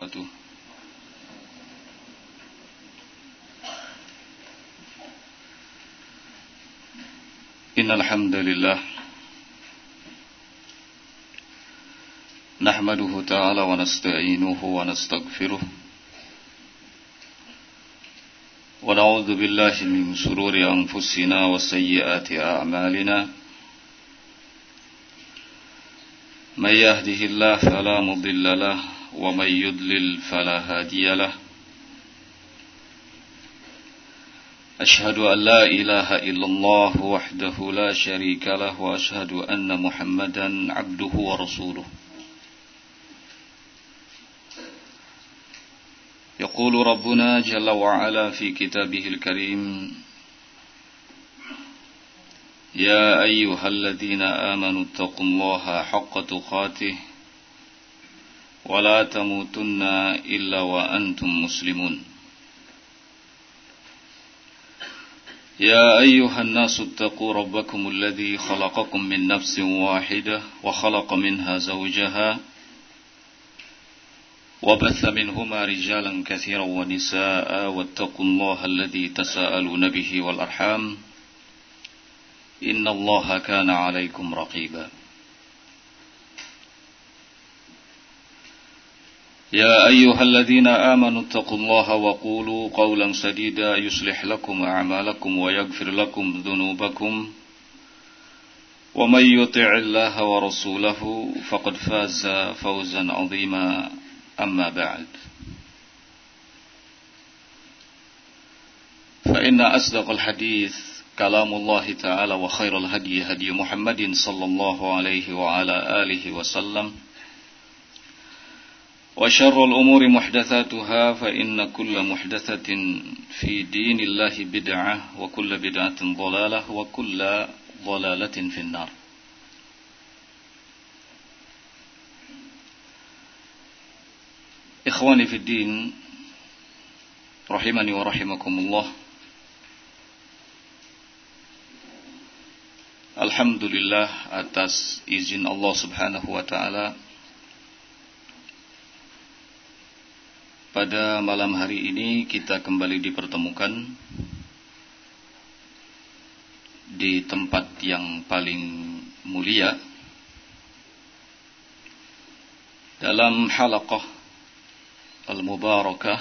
وبركاته. إن الحمد لله نحمده تعالى ونستعينه ونستغفره ونعوذ بالله من شرور أنفسنا وسيئات أعمالنا من يهده الله فلا مضل له ومن يضلل فلا هادي له أشهد أن لا إله إلا الله وحده لا شريك له وأشهد أن محمدا عبده ورسوله. يقول ربنا جل وعلا في كتابه الكريم: يا أيها الذين آمنوا اتقوا الله حق تقاته ولا تموتن إلا وأنتم مسلمون. يا أيها الناس اتقوا ربكم الذي خلقكم من نفس واحدة وخلق منها زوجها وبث منهما رجالا كثيرا ونساء واتقوا الله الذي تساءلون به والأرحام إن الله كان عليكم رقيبا. يا أيها الذين آمنوا اتقوا الله وقولوا قولا سديدا يصلح لكم أعمالكم ويغفر لكم ذنوبكم ومن يطع الله ورسوله فقد فاز فوزا عظيما. أما بعد فإن أصدق الحديث كلام الله تعالى وخير الهدي هدي محمد صلى الله عليه وعلى آله وسلم وشر الأمور محدثاتها فإن كل محدثة في دين الله بدعة وكل بدعة ضلالة وكل ضلالة في النار. Ikhwani fi din, rahimani wa rahimakumullah. Alhamdulillah atas izin Allah subhanahu wa ta'ala, pada malam hari ini kita kembali dipertemukan di tempat yang paling mulia dalam halaqah al-mubarakah.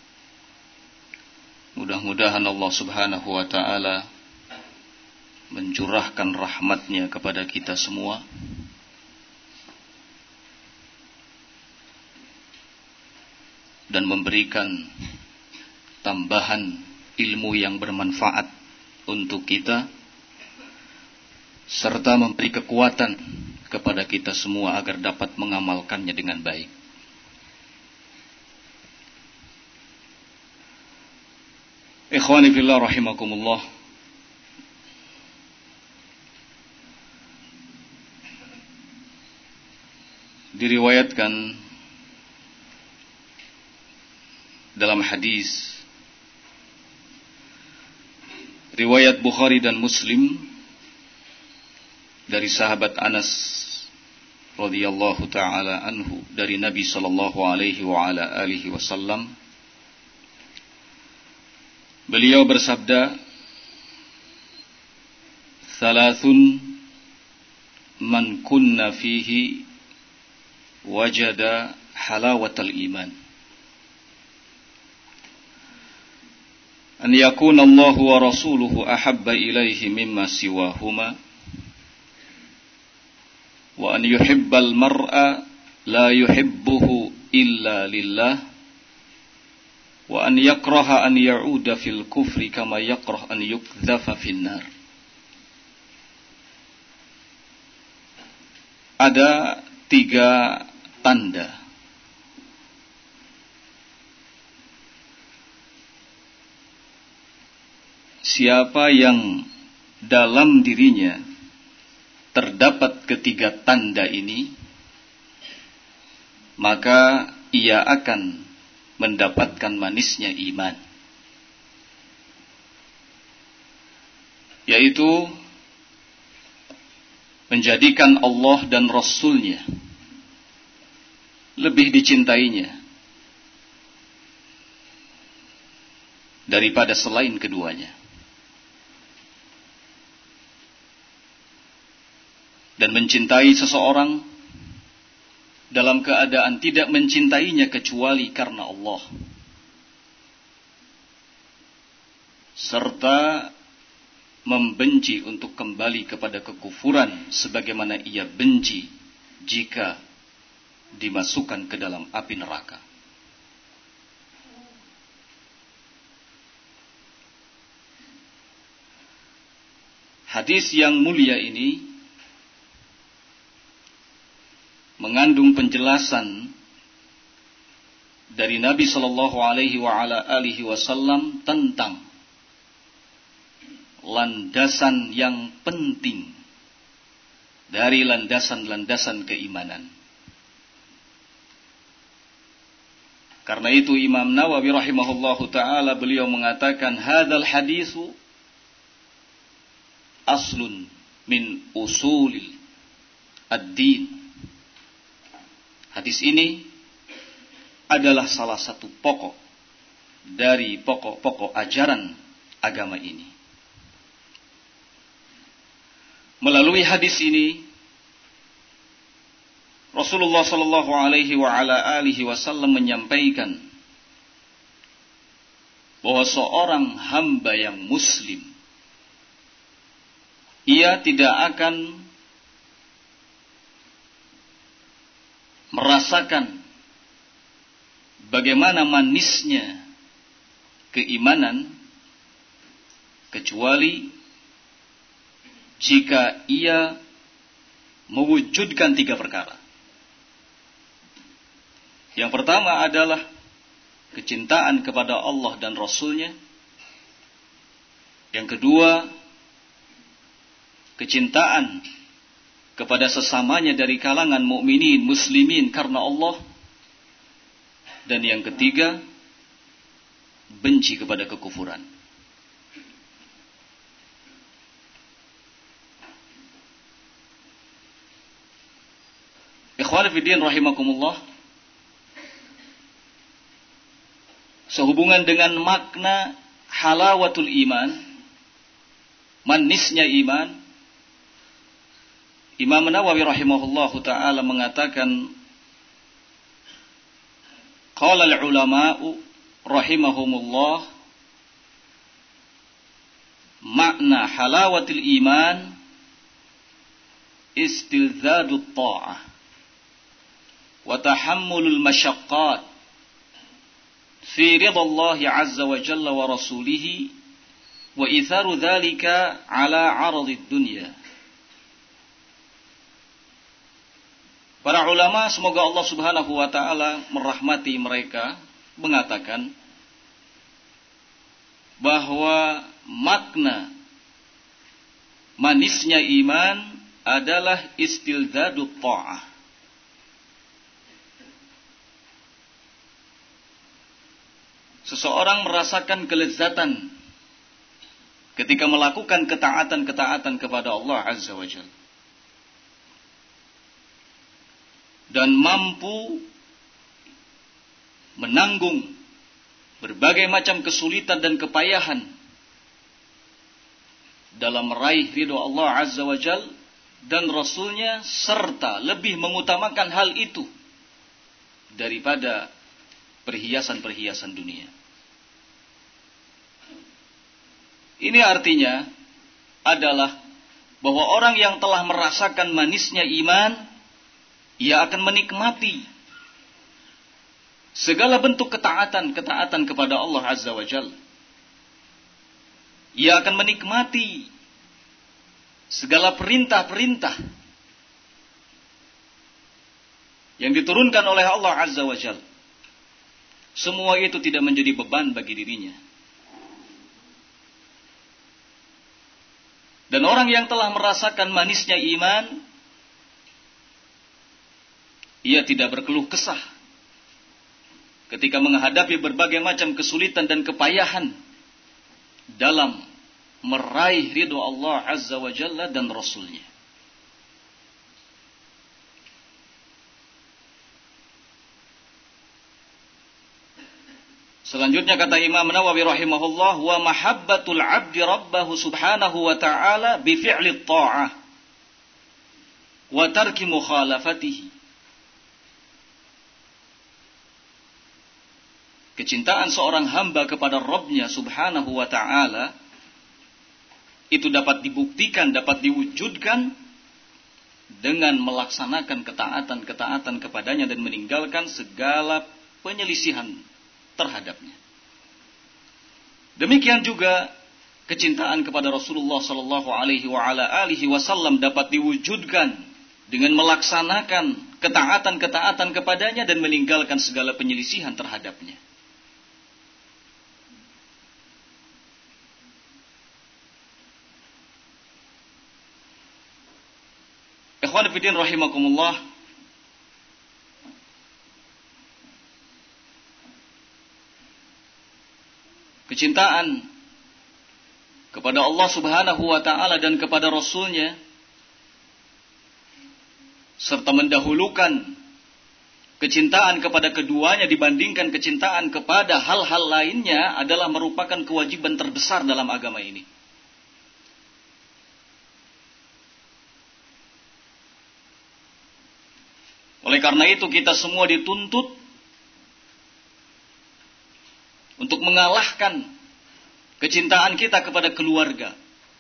Mudah-mudahan Allah subhanahu wa ta'ala mencurahkan rahmatnya kepada kita semua dan memberikan tambahan ilmu yang bermanfaat untuk kita serta memberi kekuatan kepada kita semua agar dapat mengamalkannya dengan baik. Ikhwani fillah rahimakumullah. Diriwayatkan dalam hadis riwayat Bukhari dan Muslim dari sahabat Anas radhiyallahu taala anhu dari Nabi sallallahu alaihi wa ala alihi wasallam, beliau bersabda, "Thalathun man kunna fihi wajada halawatal iman. An yakuna Allah wa rasuluhu ahabba ilaihi mimma siwahuma wa an yuhibbal mar'a la yuhibbuhu illa lillah wa an yakraha an ya'uda fil kufri kama yakrah an yukdhafa fin nar." Ada 3 tanda siapa yang dalam dirinya terdapat ketiga tanda ini, maka ia akan mendapatkan manisnya iman, yaitu menjadikan Allah dan Rasul-Nya lebih dicintainya daripada selain keduanya. Dan mencintai seseorang dalam keadaan tidak mencintainya kecuali karena Allah, serta membenci untuk kembali kepada kekufuran sebagaimana ia benci jika dimasukkan ke dalam api neraka. Hadis yang mulia ini mengandung penjelasan dari Nabi Shallallahu Alaihi Wasallam tentang landasan yang penting dari landasan-landasan keimanan. Karena itu Imam Nawawi rahimahullahu ta'ala beliau mengatakan hadzal hadisu aslun min usulil ad-din. Hadis ini adalah salah satu pokok dari pokok-pokok ajaran agama ini. Melalui hadis ini Rasulullah sallallahu alaihi wasallam menyampaikan bahwa seorang hamba yang muslim ia tidak akan merasakan bagaimana manisnya keimanan kecuali jika ia mewujudkan 3 perkara. Yang pertama adalah kecintaan kepada Allah dan Rasul-Nya. Yang kedua, kecintaan kepada sesamanya dari kalangan mukminin muslimin karena Allah. Dan yang ketiga, benci kepada kekufuran. Ikhwan fillah rahimakumullah, sehubungan dengan makna halawatul iman, manisnya iman, Imam Nawawi rahimahullahu ta'ala mengatakan, qala al-ulama'u rahimahumullah, makna halawatul iman istilzadut ta'ah wa tahammulul masyaqqat fi ridallahi azza wa jalla wa rasulihi wa itharu dhalika ala aradid dunya. Para ulama, semoga Allah subhanahu wa ta'ala merahmati mereka, mengatakan bahwa makna manisnya iman adalah istilzadut ta'ah. Seseorang merasakan kelezatan ketika melakukan ketaatan-ketaatan kepada Allah azza wa jalla, dan mampu menanggung berbagai macam kesulitan dan kepayahan dalam meraih ridho Allah azza wa jalla dan Rasul-Nya, serta lebih mengutamakan hal itu daripada perhiasan-perhiasan dunia. Ini artinya adalah bahwa orang yang telah merasakan manisnya iman, ia akan menikmati segala bentuk ketaatan kepada Allah azza wa jalla. Ia akan menikmati segala perintah-perintah yang diturunkan oleh Allah azza wa jalla. Semua itu tidak menjadi beban bagi dirinya. Dan orang yang telah merasakan manisnya iman, ia tidak berkeluh kesah ketika menghadapi berbagai macam kesulitan dan kepayahan dalam meraih ridho Allah azza wa jalla dan Rasul-Nya. Selanjutnya kata Imam Nawawi rahimahullah, wa mahabbatul 'abdi rabbahu subhanahu wa ta'ala bi fi'li ta'ah wa tarki mukhalafatihi. Kecintaan seorang hamba kepada Rabb-Nya subhanahu wa ta'ala itu dapat dibuktikan, dapat diwujudkan dengan melaksanakan ketaatan-ketaatan kepadanya dan meninggalkan segala penyelisihan terhadapnya. Demikian juga kecintaan kepada Rasulullah sallallahu alaihi wasallam dapat diwujudkan dengan melaksanakan ketaatan-ketaatan kepadanya dan meninggalkan segala penyelisihan terhadapnya. Ikhwan fillah rahimakumullah. Kecintaan kepada Allah subhanahu wa ta'ala dan kepada Rasul-Nya, serta mendahulukan kecintaan kepada keduanya dibandingkan kecintaan kepada hal-hal lainnya adalah merupakan kewajiban terbesar dalam agama ini. Oleh karena itu kita semua dituntut untuk mengalahkan kecintaan kita kepada keluarga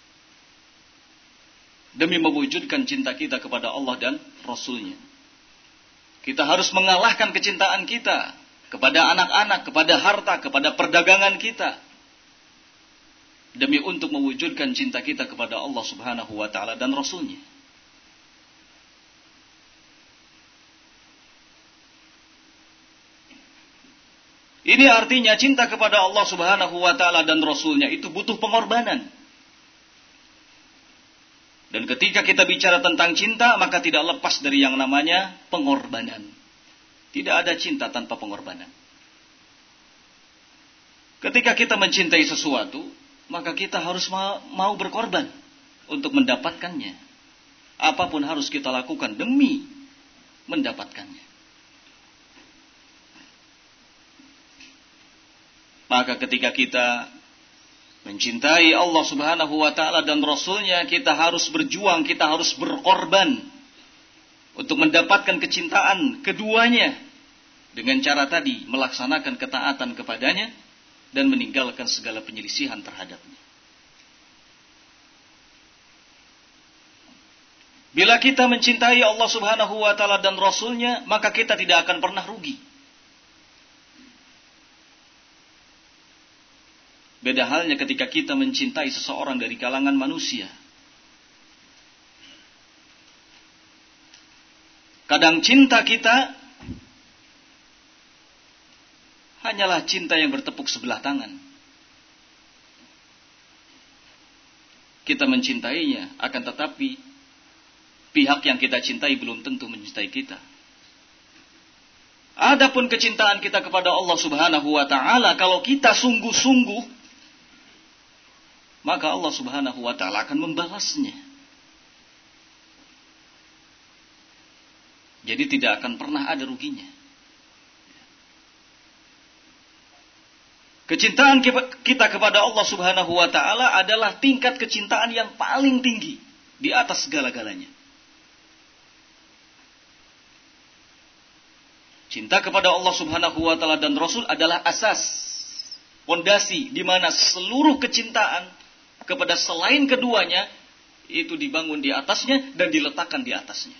demi mewujudkan cinta kita kepada Allah dan Rasul-Nya. Kita harus mengalahkan kecintaan kita kepada anak-anak, kepada harta, kepada perdagangan kita demi untuk mewujudkan cinta kita kepada Allah subhanahu wa ta'ala dan Rasul-Nya. Ini artinya cinta kepada Allah subhanahu wa ta'ala dan Rasul-Nya itu butuh pengorbanan. Dan ketika kita bicara tentang cinta, maka tidak lepas dari yang namanya pengorbanan. Tidak ada cinta tanpa pengorbanan. Ketika kita mencintai sesuatu, maka kita harus mau berkorban untuk mendapatkannya. Apapun harus kita lakukan demi mendapatkannya. Maka ketika kita mencintai Allah subhanahu wa ta'ala dan Rasul-Nya, kita harus berjuang, kita harus berkorban untuk mendapatkan kecintaan keduanya dengan cara tadi melaksanakan ketaatan kepadanya dan meninggalkan segala penyelisihan terhadapnya. Bila kita mencintai Allah subhanahu wa ta'ala dan Rasul-Nya, maka kita tidak akan pernah rugi. Beda halnya ketika kita mencintai seseorang dari kalangan manusia. Kadang cinta kita hanyalah cinta yang bertepuk sebelah tangan. Kita mencintainya, akan tetapi pihak yang kita cintai belum tentu mencintai kita. Adapun kecintaan kita kepada Allah subhanahu wa ta'ala, kalau kita sungguh-sungguh, maka Allah subhanahu wa ta'ala akan membalasnya. Jadi tidak akan pernah ada ruginya. Kecintaan kita kepada Allah subhanahu wa ta'ala adalah tingkat kecintaan yang paling tinggi di atas segala-galanya. Cinta kepada Allah subhanahu wa ta'ala dan Rasul adalah asas, fondasi di mana seluruh kecintaan kepada selain keduanya itu dibangun di atasnya dan diletakkan di atasnya.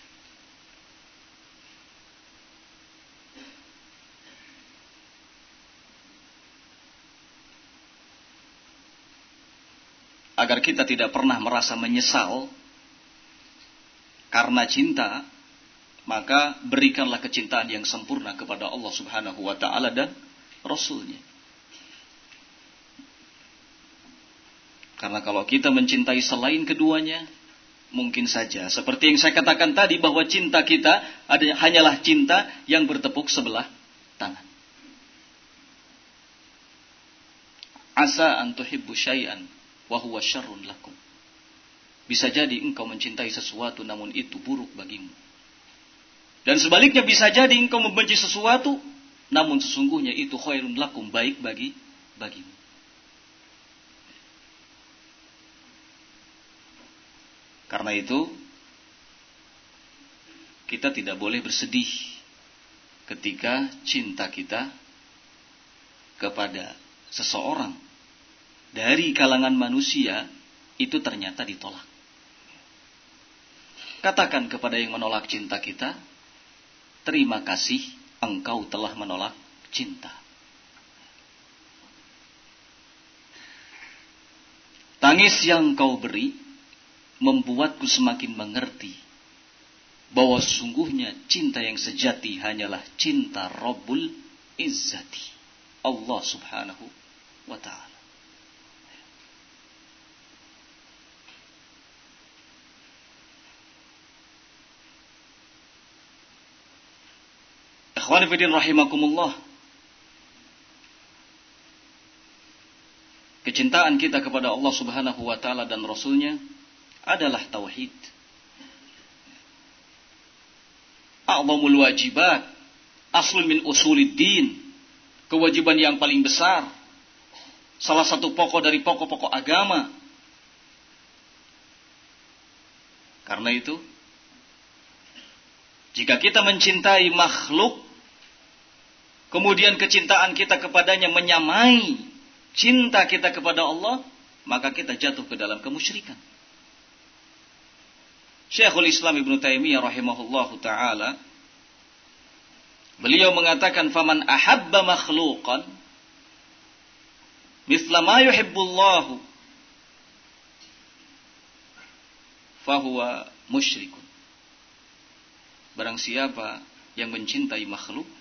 Agar kita tidak pernah merasa menyesal karena cinta, maka berikanlah kecintaan yang sempurna kepada Allah subhanahu wa ta'ala dan Rasul-Nya. Karena kalau kita mencintai selain keduanya, mungkin saja seperti yang saya katakan tadi, bahwa cinta kita hanyalah cinta yang bertepuk sebelah tangan. Asa an tuhibbu syai'an wa huwa syarrun lakum. Bisa jadi engkau mencintai sesuatu namun itu buruk bagimu. Dan sebaliknya bisa jadi engkau membenci sesuatu namun sesungguhnya itu khairun lakum, baik bagimu. Karena itu kita tidak boleh bersedih ketika cinta kita kepada seseorang dari kalangan manusia itu ternyata ditolak. Katakan kepada yang menolak cinta kita, terima kasih engkau telah menolak cinta. Tangis yang kau beri membuatku semakin mengerti bahwa sesungguhnya cinta yang sejati hanyalah cinta Rabbul Izzati, Allah Subhanahu wa Ta'ala. Ikhwani fillah rahimakumullah. Kecintaan kita kepada Allah Subhanahu wa Ta'ala dan Rasulnya adalah tauhid. A'zamul wajibat, aslun min usuliddin, kewajiban yang paling besar, salah satu pokok dari pokok-pokok agama. Karena itu, jika kita mencintai makhluk, kemudian kecintaan kita kepadanya menyamai cinta kita kepada Allah, maka kita jatuh ke dalam kemusyrikan. Syekhul Islam Ibnu Taimiyah rahimahullahu ta'ala, beliau mengatakan, faman ahabba makhluqan mithla ma yuhibbullahu fahuwa musyrikun. Barang siapa yang mencintai makhluk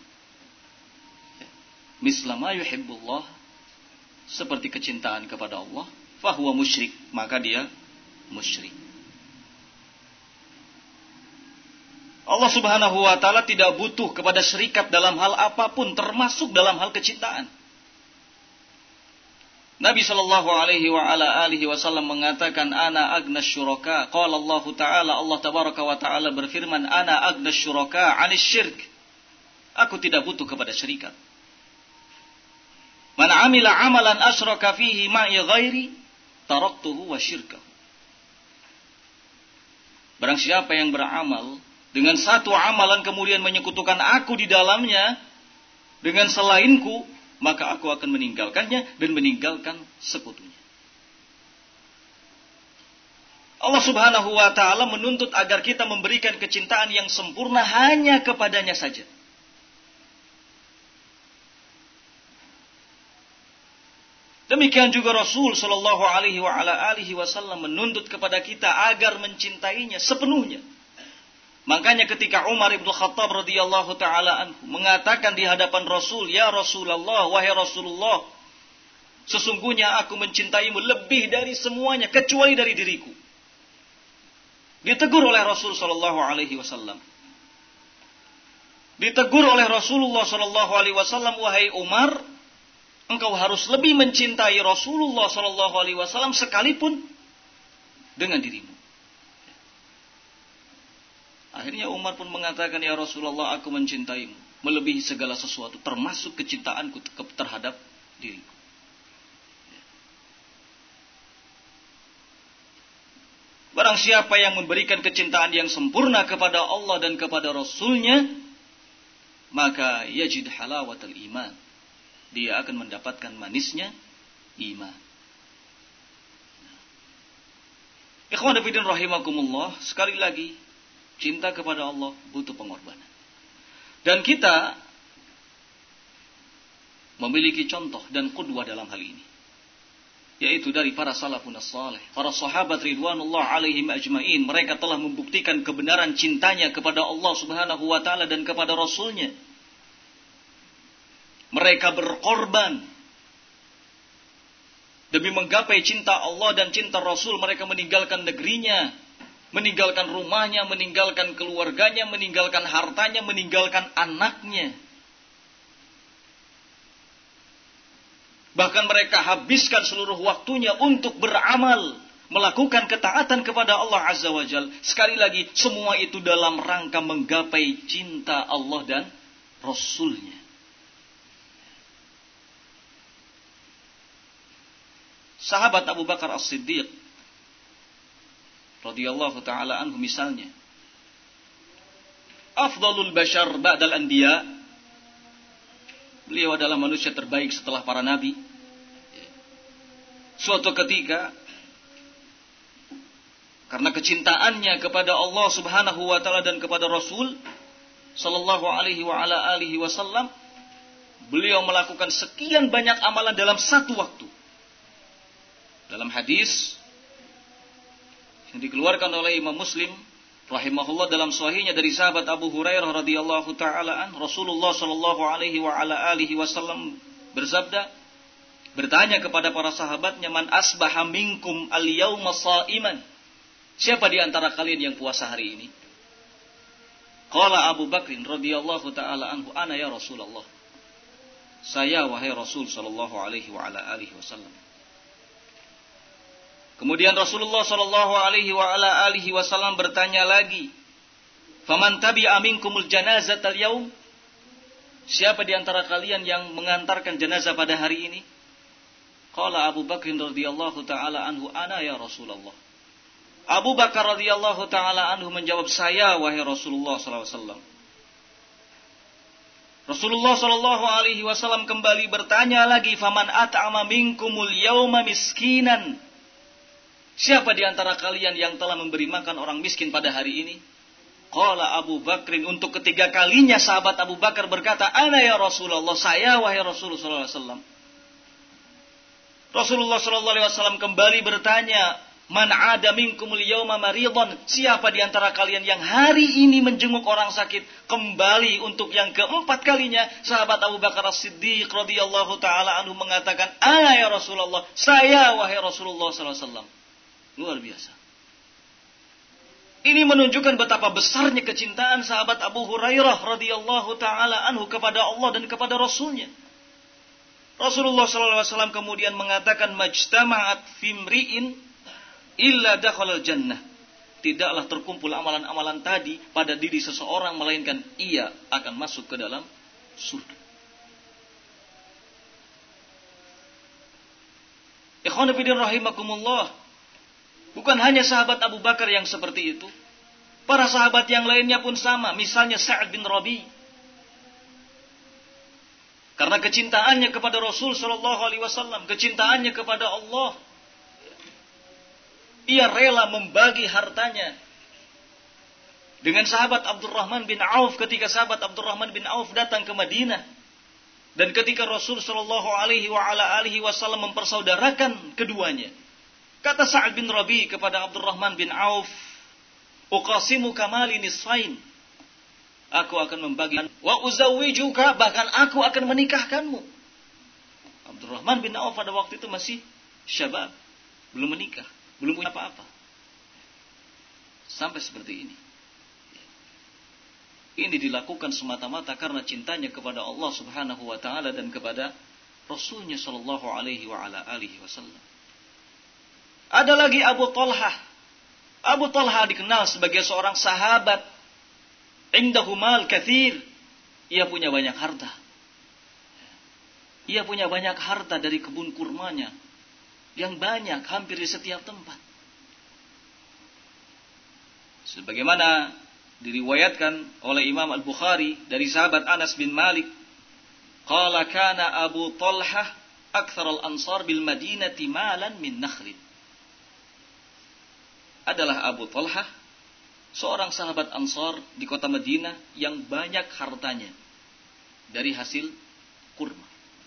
mithla ma yuhibbullah, seperti kecintaan kepada Allah, fahuwa musyrik, maka dia musyrik. Allah Subhanahu wa Ta'ala tidak butuh kepada syirikat dalam hal apapun, termasuk dalam hal kecintaan. Nabi sallallahu alaihi wa ala alihi wasallam mengatakan, ana agnas syuraka. Qala Allah Ta'ala, Allah tabaraka wa ta'ala berfirman, ana agnas syuraka 'anis syirk. Aku tidak butuh kepada syirikat. Man 'amila 'amalan asyraka fihi ma'i ghairi taraktuhu wa syirkahu. Barang siapa yang beramal dengan satu amalan kemudian menyekutukan aku di dalamnya dengan selainku, maka aku akan meninggalkannya dan meninggalkan sekutunya. Allah Subhanahu wa Ta'ala menuntut agar kita memberikan kecintaan yang sempurna hanya kepadanya saja. Demikian juga Rasul sallallahu alaihi wa ala alihi wasallam menuntut kepada kita agar mencintainya sepenuhnya. Makanya ketika Umar ibn Khattab radhiyallahu ta'ala anhu mengatakan di hadapan Rasul, ya Rasulullah, wahai Rasulullah, sesungguhnya aku mencintaimu lebih dari semuanya kecuali dari diriku. Ditegur oleh Rasul sallallahu alaihi wasallam. Ditegur oleh Rasulullah sallallahu alaihi wasallam, wahai Umar, engkau harus lebih mencintai Rasulullah sallallahu alaihi wasallam sekalipun dengan dirimu. Akhirnya Umar pun mengatakan, ya Rasulullah, aku mencintaimu melebihi segala sesuatu, termasuk kecintaanku terhadap diriku. Barang siapa yang memberikan kecintaan yang sempurna kepada Allah dan kepada Rasulnya, maka yajid halawatal iman. Dia akan mendapatkan manisnya iman. Ikhwan fillah rahimakumullah, sekali lagi, cinta kepada Allah butuh pengorbanan. Dan kita memiliki contoh dan qudwah dalam hal ini, yaitu dari para salafun as-salih, para sahabat ridwanullah alaihim ajmain. Mereka telah membuktikan kebenaran cintanya kepada Allah Subhanahu wa Ta'ala dan kepada Rasulnya. Mereka berkorban demi menggapai cinta Allah dan cinta Rasul. Mereka meninggalkan negerinya, meninggalkan rumahnya, meninggalkan keluarganya, meninggalkan hartanya, meninggalkan anaknya. Bahkan mereka habiskan seluruh waktunya untuk beramal, melakukan ketaatan kepada Allah Azza wa Jal. Sekali lagi, semua itu dalam rangka menggapai cinta Allah dan Rasulnya. sahabat Abu Bakar As-Siddiq radhiyallahu taala anhu misalnya, afdalul bashar ba'dal anbiya, beliau adalah manusia terbaik setelah para nabi. Suatu ketika, karena kecintaannya kepada Allah Subhanahu wa taala dan kepada Rasul sallallahu alaihi wa ala alihi wasallam, beliau melakukan sekian banyak amalan dalam satu waktu. Dalam hadis yang dikeluarkan oleh Imam Muslim rahimahullah dalam sahihnya dari sahabat Abu Hurairah radhiyallahu taala an, Rasulullah sallallahu alaihi wa ala alihi wasallam bersabda, bertanya kepada para sahabatnya, man asbaha minkum al-yauma sha'iman, siapa di antara kalian yang puasa hari ini? Qala Abu Bakrin radhiyallahu taala anhu, ana ya Rasulullah, saya wahai Rasul sallallahu alaihi wa ala alihi wasallam. Kemudian Rasulullah sallallahu alaihi wa ala alihi wasallam bertanya lagi, faman tabi'a minkumul janazatal yaum, siapa di antara kalian yang mengantarkan jenazah pada hari ini? Qala Abu Bakr radhiyallahu taala anhu, ana ya Rasulullah. Abu Bakar radhiyallahu taala anhu menjawab, saya wahai Rasulullah sallallahu alaihi wasallam. Rasulullah sallallahu alaihi wasallam kembali bertanya lagi, faman at'ama minkumul yauma miskinan, siapa di antara kalian yang telah memberi makan orang miskin pada hari ini? Qala Abu Bakrin, untuk ketiga kalinya sahabat Abu Bakar berkata, ana ya Rasulullah, saya wahai Rasulullah sallallahu alaihi wasallam. Rasulullah sallallahu alaihi wasallam kembali bertanya, man ada minkumul yauma maridhan, siapa di antara kalian yang hari ini menjenguk orang sakit? Kembali untuk yang keempat kalinya sahabat Abu Bakar As-Siddiq radhiyallahu taala anhu mengatakan, ana ya Rasulullah, saya wahai Rasulullah sallallahu alaihi wasallam. Luar biasa. Ini menunjukkan betapa besarnya kecintaan sahabat Abu Hurairah radhiyallahu taala anhu kepada Allah dan kepada Rasulnya. Rasulullah sallallahu alaihi wasallam kemudian mengatakan, majtama'at fimri'in illa dakhalal jannah. Tidaklah terkumpul amalan-amalan tadi pada diri seseorang melainkan ia akan masuk ke dalam surga. Ikhwan fillah rahimakumullah. Bukan hanya sahabat Abu Bakar yang seperti itu. Para sahabat yang lainnya pun sama. Misalnya Sa'ad bin Rabi. Karena kecintaannya kepada Rasul sallallahu alaihi wasallam, kecintaannya kepada Allah, ia rela membagi hartanya dengan sahabat Abdurrahman bin Auf ketika sahabat Abdurrahman bin Auf datang ke Madinah. Dan ketika Rasul sallallahu alaihi wa ala alihi wasallam mempersaudarakan keduanya, kata Sa'ad bin Rabi kepada Abdurrahman bin Auf, uqasimu kamali nisfain, aku akan membagi, wa uzawwijuka, bahkan aku akan menikahkanmu. Abdurrahman bin Auf pada waktu itu masih syabab, belum menikah, belum punya apa-apa. Sampai seperti ini. Ini dilakukan semata-mata karena cintanya kepada Allah Subhanahu wa taala dan kepada Rasulnya sallallahu alaihi wa ala alihi wasallam. Ada lagi Abu Talhah. Abu Talhah dikenal sebagai seorang sahabat indahu mal katsir. Ia punya banyak harta. Ia punya banyak harta dari kebun kurmanya yang banyak hampir di setiap tempat. Sebagaimana diriwayatkan oleh Imam Al-Bukhari dari sahabat Anas bin Malik, qala kana Abu Talhah aktsar al-ansar bil Madinati malan min nakhlin. Adalah Abu Talhah seorang sahabat Ansar di kota Madinah yang banyak hartanya dari hasil kurma.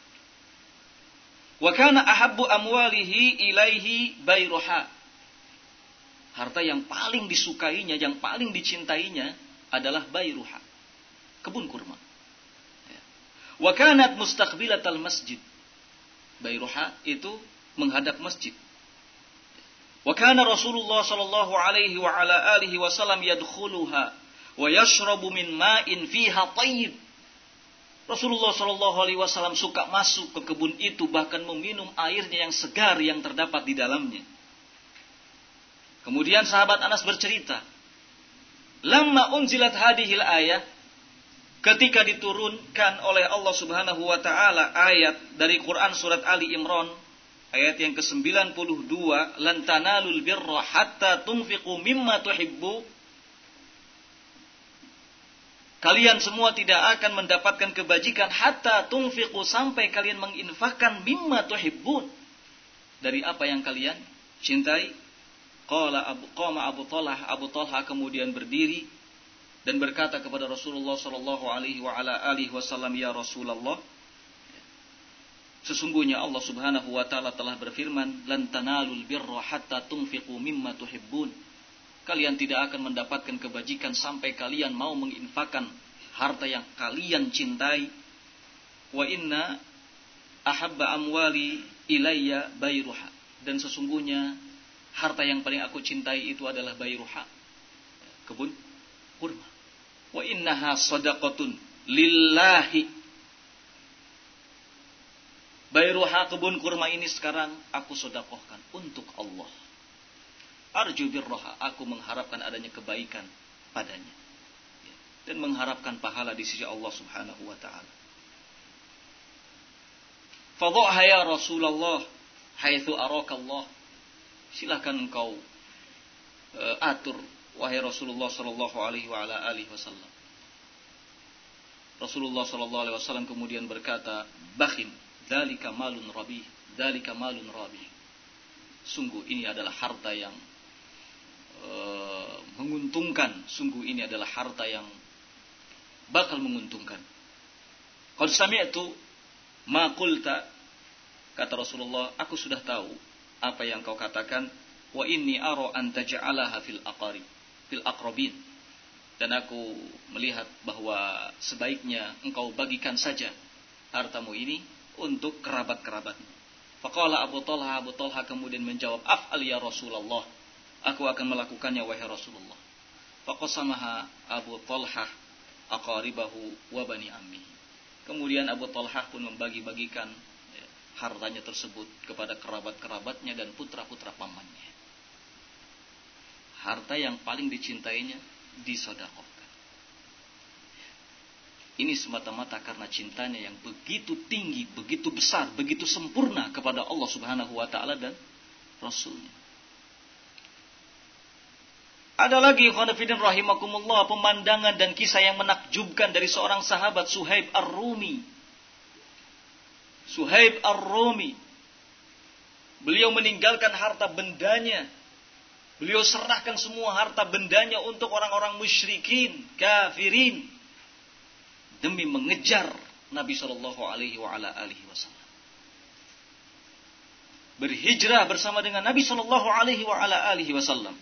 Wa kana ahabbu amwalihi ilaihi Bayruha. Harta yang paling disukainya, yang paling dicintainya adalah Bayruha, kebun kurma. Wa kanat mustaqbilatal masjid. Bayruha itu menghadap masjid. Wa kana Rasulullah sallallahu alaihi wa ala alihi wasallam yadkhuluha wa yashrabu min ma'in fiha thayyib. Rasulullah sallallahu alaihi wasallam suka masuk ke kebun itu, bahkan meminum airnya yang segar yang terdapat di dalamnya. Kemudian sahabat Anas bercerita, lamma unzilat hadhil ayah, ketika diturunkan oleh Allah Subhanahu wa taala ayat dari Quran surat Ali Imran Ayat yang ke-92, lan tanalul birra hatta tunfiqu mimma tuhibbu. Kalian semua tidak akan mendapatkan kebajikan hatta tunfiqu, sampai kalian menginfakkan mimma tuhibbun, dari apa yang kalian cintai. Qala Abu Talha kemudian berdiri dan berkata kepada Rasulullah sallallahu alaihi wasallam, ya Rasulullah, sesungguhnya Allah Subhanahu wa taala telah berfirman, lan tanalul birra hatta tunfiqu mimma tuhibbun. Kalian tidak akan mendapatkan kebajikan sampai kalian mau menginfakkan harta yang kalian cintai. Wa inna ahabba amwali ilayya bayruha, dan sesungguhnya harta yang paling aku cintai itu adalah bayruha, kebun kurma. Wa innaha shadaqatun lillahi. Bayruha, kebun kurma ini sekarang aku sedekahkan untuk Allah. Arju birraha, aku mengharapkan adanya kebaikan padanya dan mengharapkan pahala di sisi Allah Subhanahu wa taala. Fadhaha ya Rasulullah haitsu arakallah. Silakan engkau atur wahai Rasulullah sallallahu alaihi wasallam. Rasulullah sallallahu alaihi wasallam kemudian berkata, "Bakhin, dzalika malun rabih, dzalika malun rabih." Sungguh ini adalah harta yang menguntungkan, sungguh ini adalah harta yang bakal menguntungkan. Qad sami'tu ma qulta, kata Rasulullah, aku sudah tahu apa yang kau katakan. Wa inni ara an taj'alaha fil aqrabin, dan aku melihat bahwa sebaiknya engkau bagikan saja hartamu ini untuk kerabat-kerabatmu. Faqala Abu Talha kemudian menjawab, af'al ya Rasulullah, aku akan melakukannya wahai Rasulullah. Faqasamaha Abu Talha aqaribahu wa bani ammi. Kemudian Abu Talha pun membagi-bagikan hartanya tersebut kepada kerabat-kerabatnya dan putra-putra pamannya. Harta yang paling dicintainya disedekahkan. Ini semata-mata karena cintanya yang begitu tinggi, begitu besar, begitu sempurna kepada Allah Subhanahu wa taala dan Rasulnya. Ada lagi khonafidin rahimakumullah, pemandangan dan kisah yang menakjubkan dari seorang sahabat, Suhaib Ar-Rumi. Suhaib Ar-Rumi, beliau meninggalkan harta bendanya. Beliau serahkan semua harta bendanya untuk orang-orang musyrikin, kafirin, demi mengejar Nabi sallallahu alaihi wasallam. Berhijrah bersama dengan Nabi sallallahu alaihi wasallam.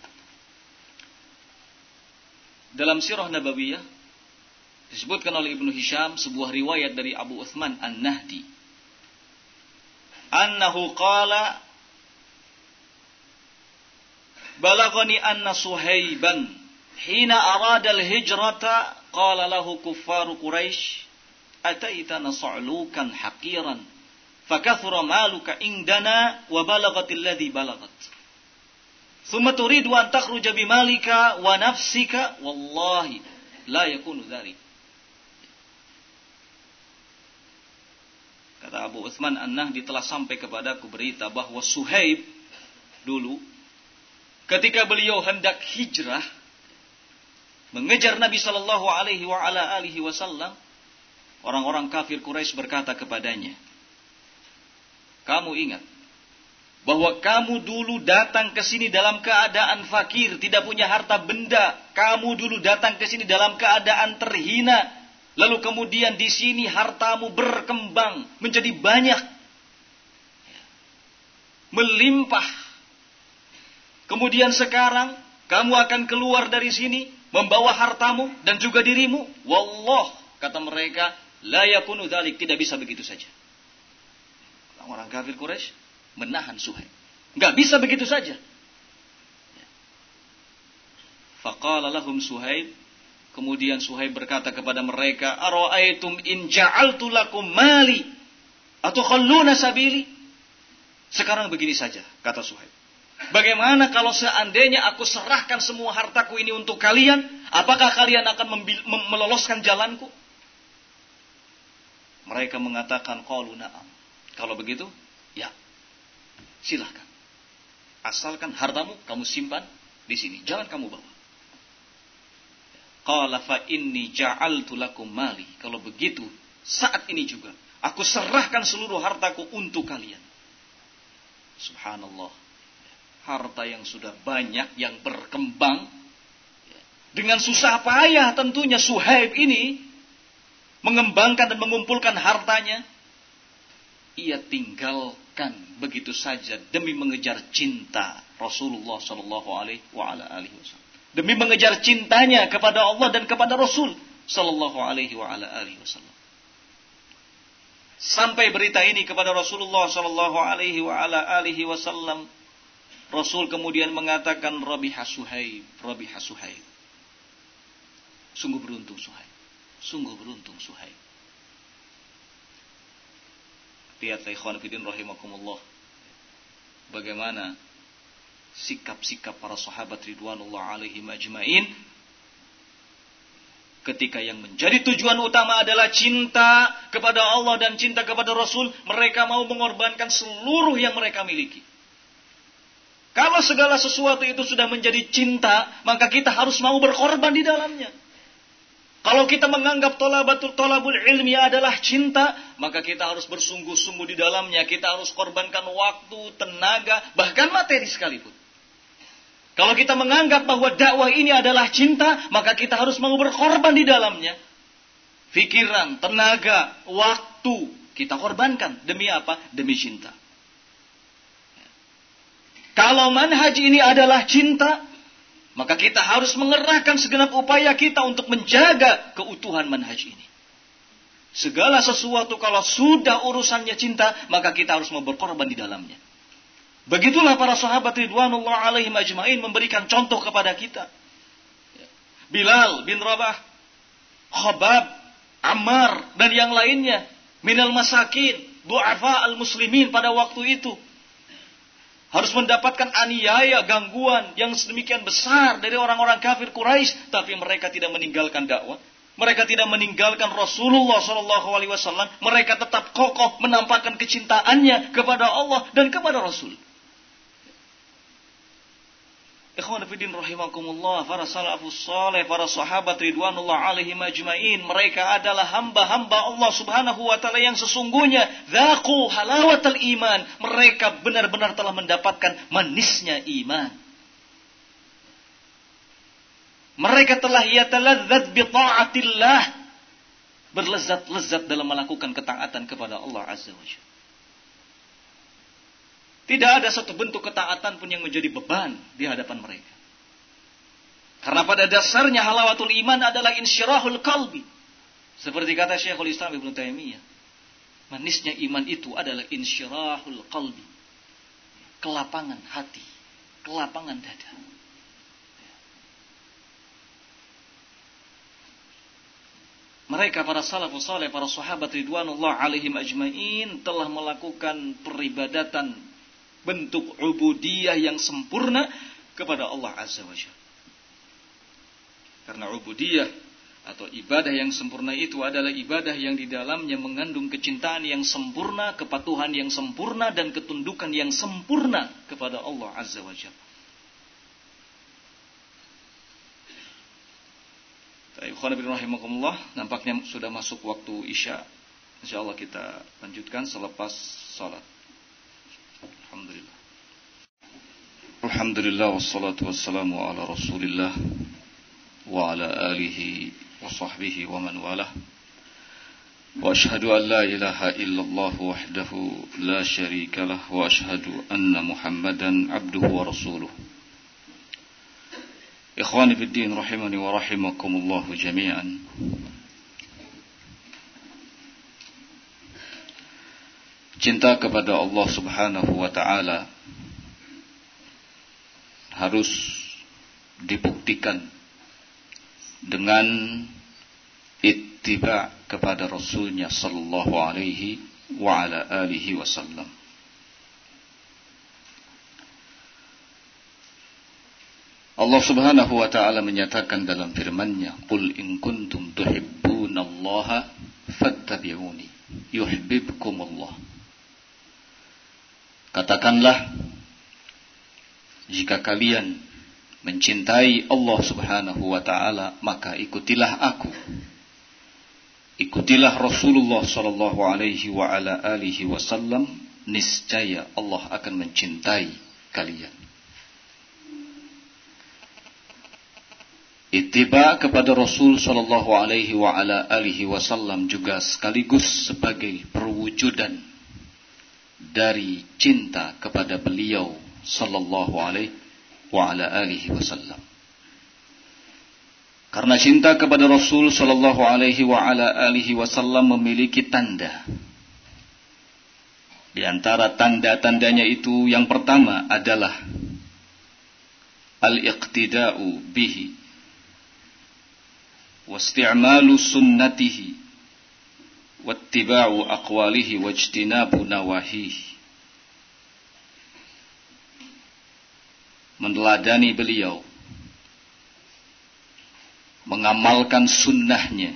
Dalam sirah Nabawiyah disebutkan oleh Ibnu Hisham sebuah riwayat dari Abu Uthman An-Nahdi, annahu qala balagani anna Suhaiban hina arada al-hijrata qala lahu kuffaru Quraisy ataitana sa'lukan haqiran fakathura maluka indana wa balagatil ladzi balagat thumma turidu an takhruja bimalika wa nafsika wallahi la yakunu dzalik. Kata Abu Uthman An-Nahdi, telah sampai kepadaku berita bahwa Suhaib dulu ketika beliau hendak hijrah mengejar Nabi sallallahu alaihi wasallam, orang-orang kafir Quraisy berkata kepadanya, kamu ingat bahwa kamu dulu datang ke sini dalam keadaan fakir, tidak punya harta benda. Kamu dulu datang ke sini dalam keadaan terhina. Lalu kemudian di sini hartamu berkembang menjadi banyak, melimpah. Kemudian sekarang kamu akan keluar dari sini membawa hartamu dan juga dirimu. Wallah, kata mereka, la yakunu dzalik, tidak bisa begitu saja. Orang kafir Quraisy menahan Suhaib. Enggak bisa begitu saja. Faqala lahum Suhaib, kemudian Suhaib berkata kepada mereka, ara'aitum in ja'altu lakum mali atukhalluna sabili? Sekarang begini saja, kata Suhaib. Bagaimana kalau seandainya aku serahkan semua hartaku ini untuk kalian, apakah kalian akan meloloskan jalanku? Mereka mengatakan qalu na'am. Kalau begitu, ya. silahkan. Asalkan hartamu kamu simpan di sini, jangan kamu bawa. Qala fa inni ja'altu lakum mali. Kalau begitu, saat ini juga aku serahkan seluruh hartaku untuk kalian. Subhanallah. Harta yang sudah banyak, yang berkembang. Dengan susah payah tentunya Suhaib ini mengembangkan dan mengumpulkan hartanya. Ia tinggalkan begitu saja demi mengejar cinta Rasulullah sallallahu alaihi wasallam. Demi mengejar cintanya kepada Allah dan kepada Rasul sallallahu alaihi wasallam. Sampai berita ini kepada Rasulullah sallallahu alaihi wasallam, Rasul kemudian mengatakan Rabiha Suhaib, Rabiha Suhaib. Sungguh beruntung Suhaib. Sungguh beruntung Suhaib. Lihatlah ikhwan fillah rahimakumullah. Bagaimana sikap-sikap para sahabat ridwanullah alaihim ajmain ketika yang menjadi tujuan utama adalah cinta kepada Allah dan cinta kepada Rasul, mereka mau mengorbankan seluruh yang mereka miliki. Kalau segala sesuatu itu sudah menjadi cinta, maka kita harus mau berkorban di dalamnya. Kalau kita menganggap tolabul ilmi adalah cinta, maka kita harus bersungguh-sungguh di dalamnya. Kita harus korbankan waktu, tenaga, bahkan materi sekalipun. Kalau kita menganggap bahwa dakwah ini adalah cinta, maka kita harus mau berkorban di dalamnya. Pikiran, tenaga, waktu, kita korbankan. Demi apa? Demi cinta. Kalau manhaj ini adalah cinta, maka kita harus mengerahkan segenap upaya kita untuk menjaga keutuhan manhaj ini. Segala sesuatu kalau sudah urusannya cinta, maka kita harus mau berkorban di dalamnya. Begitulah para sahabat ridwanullah alaihim ajmain memberikan contoh kepada kita. Bilal bin Rabah, Khabab, Ammar, dan yang lainnya. Minal masakin, du'afa al-muslimin pada waktu itu. Harus mendapatkan aniaya, gangguan yang sedemikian besar dari orang-orang kafir Quraisy, tapi mereka tidak meninggalkan dakwah. Mereka tidak meninggalkan Rasulullah SAW. Mereka tetap kokoh menampakkan kecintaannya kepada Allah dan kepada Rasul. Ikhwan fillah rahimakumullah, para salafus saleh, para sahabat ridwanullah alaihim ajmain, mereka adalah hamba-hamba Allah Subhanahu wa taala yang sesungguhnya dzaqu halawatal iman. Mereka benar-benar telah mendapatkan manisnya iman. Mereka telah yataladzat bi ta'atillah, berlezat-lezat dalam melakukan ketaatan kepada Allah Azza wa Jalla. Tidak ada satu bentuk ketaatan pun yang menjadi beban di hadapan mereka. Karena pada dasarnya halawatul iman adalah insyirahul qalbi. Seperti kata Syekhul Islam Ibnu Taimiyah, manisnya iman itu adalah insyirahul qalbi. Kelapangan hati, kelapangan dada. Mereka para salafus saleh, para sahabat ridwanullah alaihim ajmain telah melakukan peribadatan, bentuk ubudiyah yang sempurna kepada Allah Azza wa Jalla. Karena ubudiyah atau ibadah yang sempurna itu adalah ibadah yang di dalamnya mengandung kecintaan yang sempurna, kepatuhan yang sempurna, dan ketundukan yang sempurna kepada Allah Azza wa Jalla. Bismillahirrahmanirrahim. Nampaknya sudah masuk waktu Isya. Insyaallah kita lanjutkan selepas salat. Alhamdulillah. Alhamdulillah wassalatu wassalamu ala Rasulillah wa ala alihi wa sahbihi wa man walah. Wa ashhadu an la ilaha illallah wahdahu la syarika lah wa ashhadu anna Muhammadan abduhu wa rasuluh. Ikhwani fid din rahimani wa rahimakumullah jami'an. Cinta kepada Allah Subhanahu wa taala harus dibuktikan dengan ittiba kepada Rasulnya sallallahu alaihi wa ala alihi wasallam. Allah Subhanahu wa taala menyatakan dalam firman-Nya, "Qul in kuntum tuhibbunallaha fattabi'uni yuhibbukumullah." Katakanlah, jika kalian mencintai Allah Subhanahu wa taala, maka ikutilah aku. Ikutilah Rasulullah sallallahu alaihi wa ala alihi wasallam, niscaya Allah akan mencintai kalian. Ittiba kepada Rasul sallallahu alaihi wa ala alihi wasallam juga sekaligus sebagai perwujudan dari cinta kepada beliau sallallahu alaihi wa ala alihi wasallam. Karena cinta kepada Rasul sallallahu alaihi wa ala alihi wasallam memiliki tanda. Di antara tanda-tandanya itu yang pertama adalah al-iqtida'u bihi واستعمال سنته واتباع أقواله واجتناب نواهيه. Meneladani beliau, mengamalkan sunnahnya,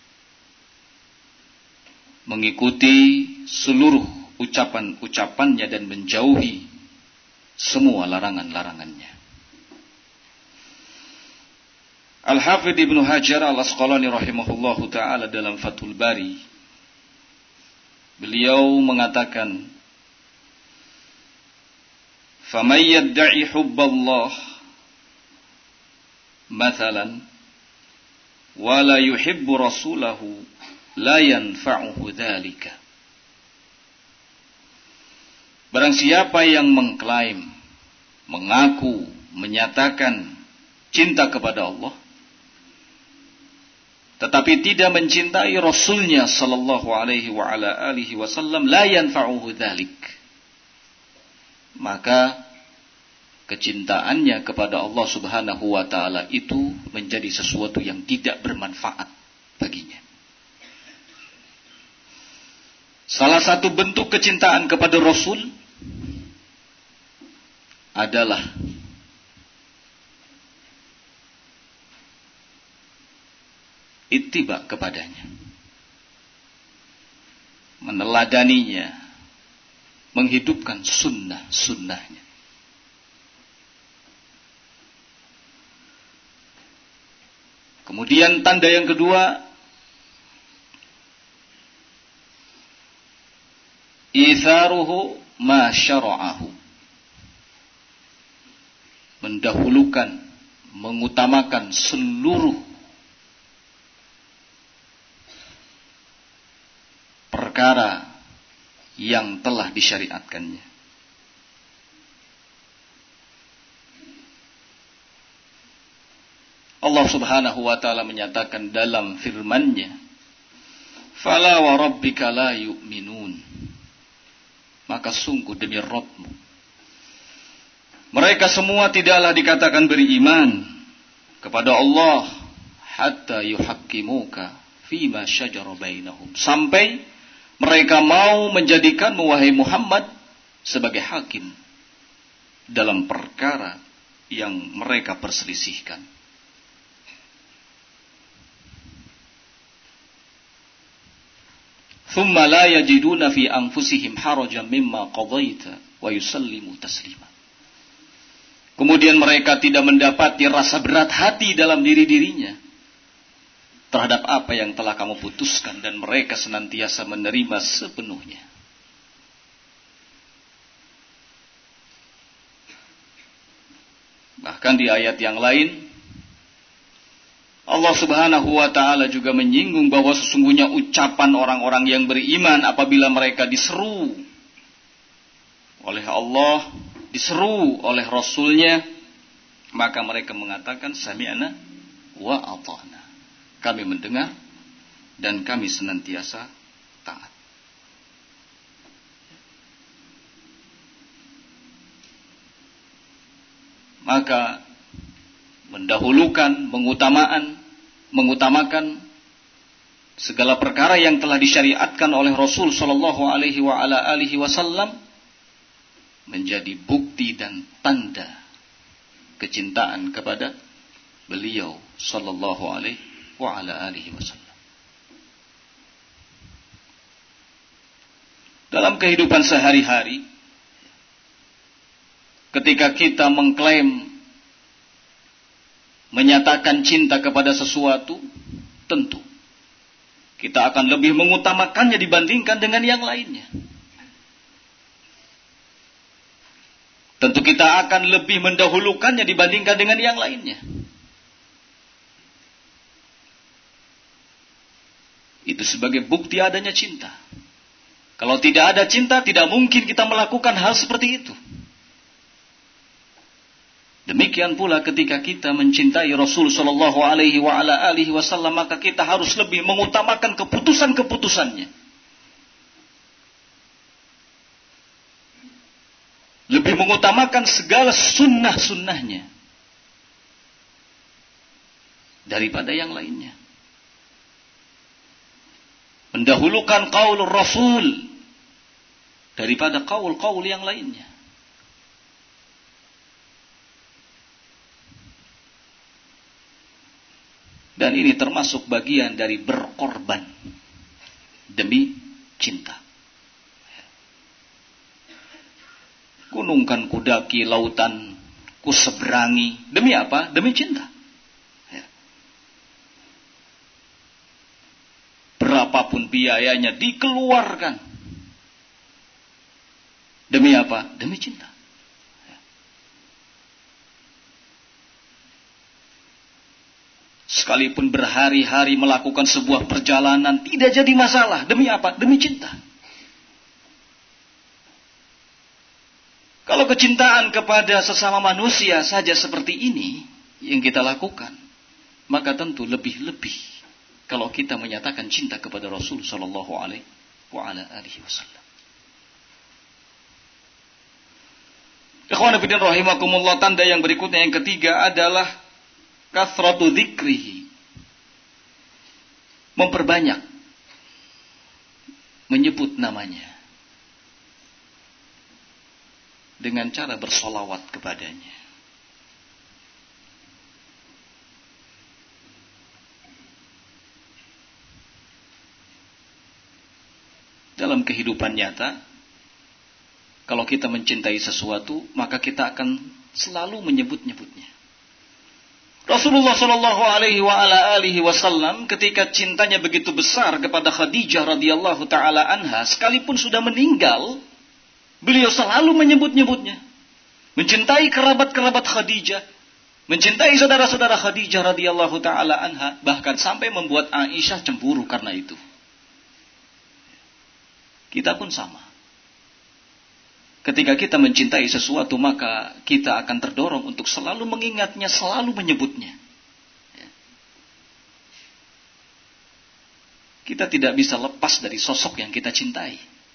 mengikuti seluruh ucapan-ucapannya dan menjauhi semua larangan-larangannya. Al-Hafidh Ibnu Hajar Al-Asqalani rahimahullahu ta'ala dalam Fathul Bari, beliau mengatakan, فَمَنْ يَدَّعِ حُبَّ اللَّهِ مَثَلًا وَلَا يُحِبُّ رَسُولَهُ لَا يَنْفَعُهُ ذَلِكَ. Barang siapa yang mengklaim, mengaku, menyatakan cinta kepada Allah, tetapi tidak mencintai Rasulnya sallallahu alaihi wa ala alihi wasallam, la yanfa'uhu dzalik, maka kecintaannya kepada Allah Subhanahu wa taala itu menjadi sesuatu yang tidak bermanfaat baginya. Salah satu bentuk kecintaan kepada Rasul adalah ittiba kepadanya, meneladaninya, menghidupkan sunnah-sunnahnya. Kemudian tanda yang kedua, itharuhu ma syara'ahu, mendahulukan, mengutamakan seluruh perkara yang telah disyariatkannya. Allah Subhanahu wa taala menyatakan dalam firman-Nya, "Fala wa rabbika la yu'minun." Maka sungguh demi Rabb-Mu, mereka semua tidaklah dikatakan beriman kepada Allah hatta yuhaqqimuka fima syajara bainahum, sampai mereka mau menjadikanmu wahai Muhammad sebagai hakim dalam perkara yang mereka perselisihkan. Thumma la yajiduna fi anfusihim harajan mimma qadaita wa yusallimu taslima. Kemudian mereka tidak mendapati rasa berat hati dalam diri-dirinya terhadap apa yang telah kamu putuskan, dan mereka senantiasa menerima sepenuhnya. Bahkan di ayat yang lain, Allah Subhanahu wa ta'ala juga menyinggung bahwa sesungguhnya ucapan orang-orang yang beriman apabila mereka diseru oleh Allah, diseru oleh Rasulnya, maka mereka mengatakan sami'na wa ata'na. Kami mendengar dan kami senantiasa taat. Maka mendahulukan, mengutamakan segala perkara yang telah disyariatkan oleh Rasul sallallahu alaihi wa ala alihi wasallam menjadi bukti dan tanda kecintaan kepada beliau sallallahu alaihi wa ala alihi wasallam. Dalam kehidupan sehari-hari, ketika kita mengklaim menyatakan cinta kepada sesuatu, tentu kita akan lebih mengutamakannya dibandingkan dengan yang lainnya. Tentu kita akan lebih mendahulukannya dibandingkan dengan yang lainnya. Itu sebagai bukti adanya cinta. Kalau tidak ada cinta, tidak mungkin kita melakukan hal seperti itu. Demikian pula ketika kita mencintai Rasul sallallahu alaihi wasallam, maka kita harus lebih mengutamakan keputusan-keputusannya. Lebih mengutamakan segala sunnah-sunnahnya daripada yang lainnya. Mendahulukan qaul Rasul daripada qaul-qaul yang lainnya. Dan ini termasuk bagian dari berkorban demi cinta. Gunungkan kudaki, lautan kuseberangi. Demi apa? Demi cinta. Berapapun biayanya dikeluarkan. Demi apa? Demi cinta. Sekalipun berhari-hari melakukan sebuah perjalanan, tidak jadi masalah. Demi apa? Demi cinta. Kalau kecintaan kepada sesama manusia saja seperti ini yang kita lakukan, maka tentu lebih-lebih kalau kita menyatakan cinta kepada Rasul sallallahu alaihi wasallam. Ikhwan fillah rahimakumullah, tanda yang berikutnya yang ketiga adalah kathratu dzikrihi. Memperbanyak menyebut namanya dengan cara bersolawat kepadanya. Dalam kehidupan nyata, kalau kita mencintai sesuatu, maka kita akan selalu menyebut-nyebutnya. Rasulullah Shallallahu Alaihi Wasallam ketika cintanya begitu besar kepada Khadijah radhiyallahu taala anha, sekalipun sudah meninggal, beliau selalu menyebut-nyebutnya. Mencintai kerabat-kerabat Khadijah, mencintai saudara-saudara Khadijah radhiyallahu taala anha, bahkan sampai membuat Aisyah cemburu karena itu. Kita pun sama. Ketika kita mencintai sesuatu, maka kita akan terdorong untuk selalu mengingatnya, selalu menyebutnya. Kita tidak bisa lepas dari sosok yang kita cintai.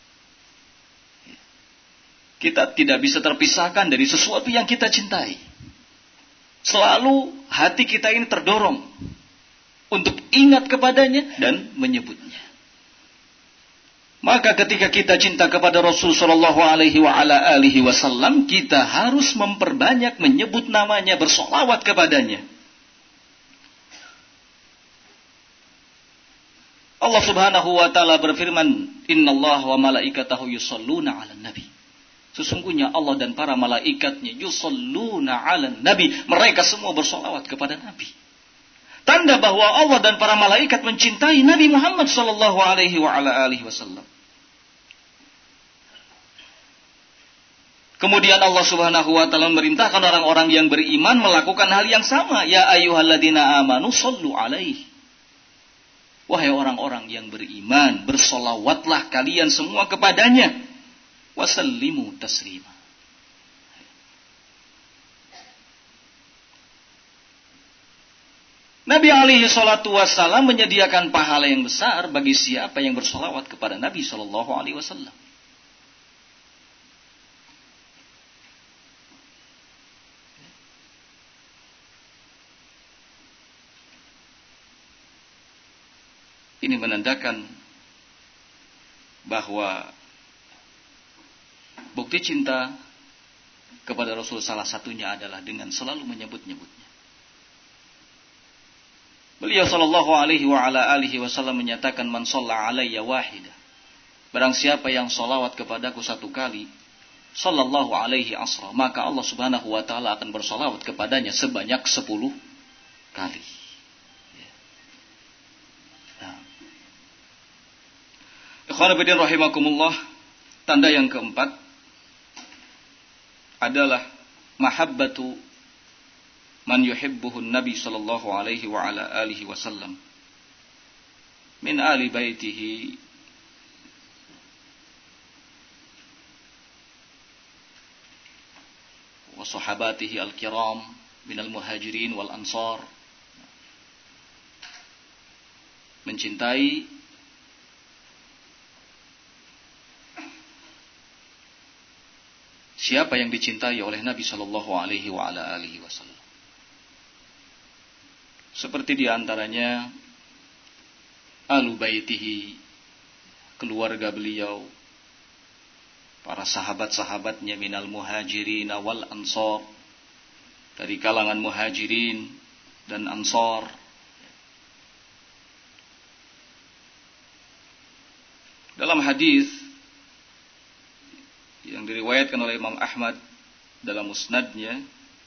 Kita tidak bisa terpisahkan dari sesuatu yang kita cintai. Selalu hati kita ini terdorong untuk ingat kepadanya dan menyebutnya. Maka ketika kita cinta kepada Rasul sallallahu alaihi wasallam, kita harus memperbanyak menyebut namanya, bersolawat kepadanya. Allah Subhanahu wa taala berfirman, "Innallaha wa malaikatahu yusholluna 'alan nabi." Sesungguhnya Allah dan para malaikatnya yusholluna 'alan nabi, mereka semua bersolawat kepada Nabi. Tanda bahwa Allah dan para malaikat mencintai Nabi Muhammad sallallahu alaihi wasallam. Kemudian Allah Subhanahu wa taala memerintahkan orang-orang yang beriman melakukan hal yang sama. Ya ayyuhalladzina amanu shollu alaihi. Wahai orang-orang yang beriman, bersolawatlah kalian semua kepadanya. Wasallimu taslima. Nabi alaihi salatu wassalam menyediakan pahala yang besar bagi siapa yang bersolawat kepada Nabi sallallahu alaihi wasallam. Ini menandakan bahwa bukti cinta kepada Rasul salah satunya adalah dengan selalu menyebut-nyebutnya. Beliau sallallahu alaihi wasallam menyatakan, "Man shalla alayya wahida." Barang siapa yang sholawat kepadaku satu kali, sallallahu alaihi asra, maka Allah Subhanahu wa taala akan bersalawat kepadanya sebanyak 10 kali. Nah. Ikhwan fillah rahimakumullah, tanda yang keempat adalah mahabbatu man yuhibbuhu Nabi sallallahu alaihi wa ala alihi wasallam min ali baitihi wa sahabatihi al-kiram minal muhajirin wal ansar. Mencintai siapa yang dicintai oleh Nabi sallallahu alaihi wa ala alihi wasallam. Seperti diantaranya alu baitihi, keluarga beliau, para sahabat-sahabatnya minal muhajirin wal ansar, dari kalangan muhajirin dan ansar. Dalam hadis yang diriwayatkan oleh Imam Ahmad dalam musnadnya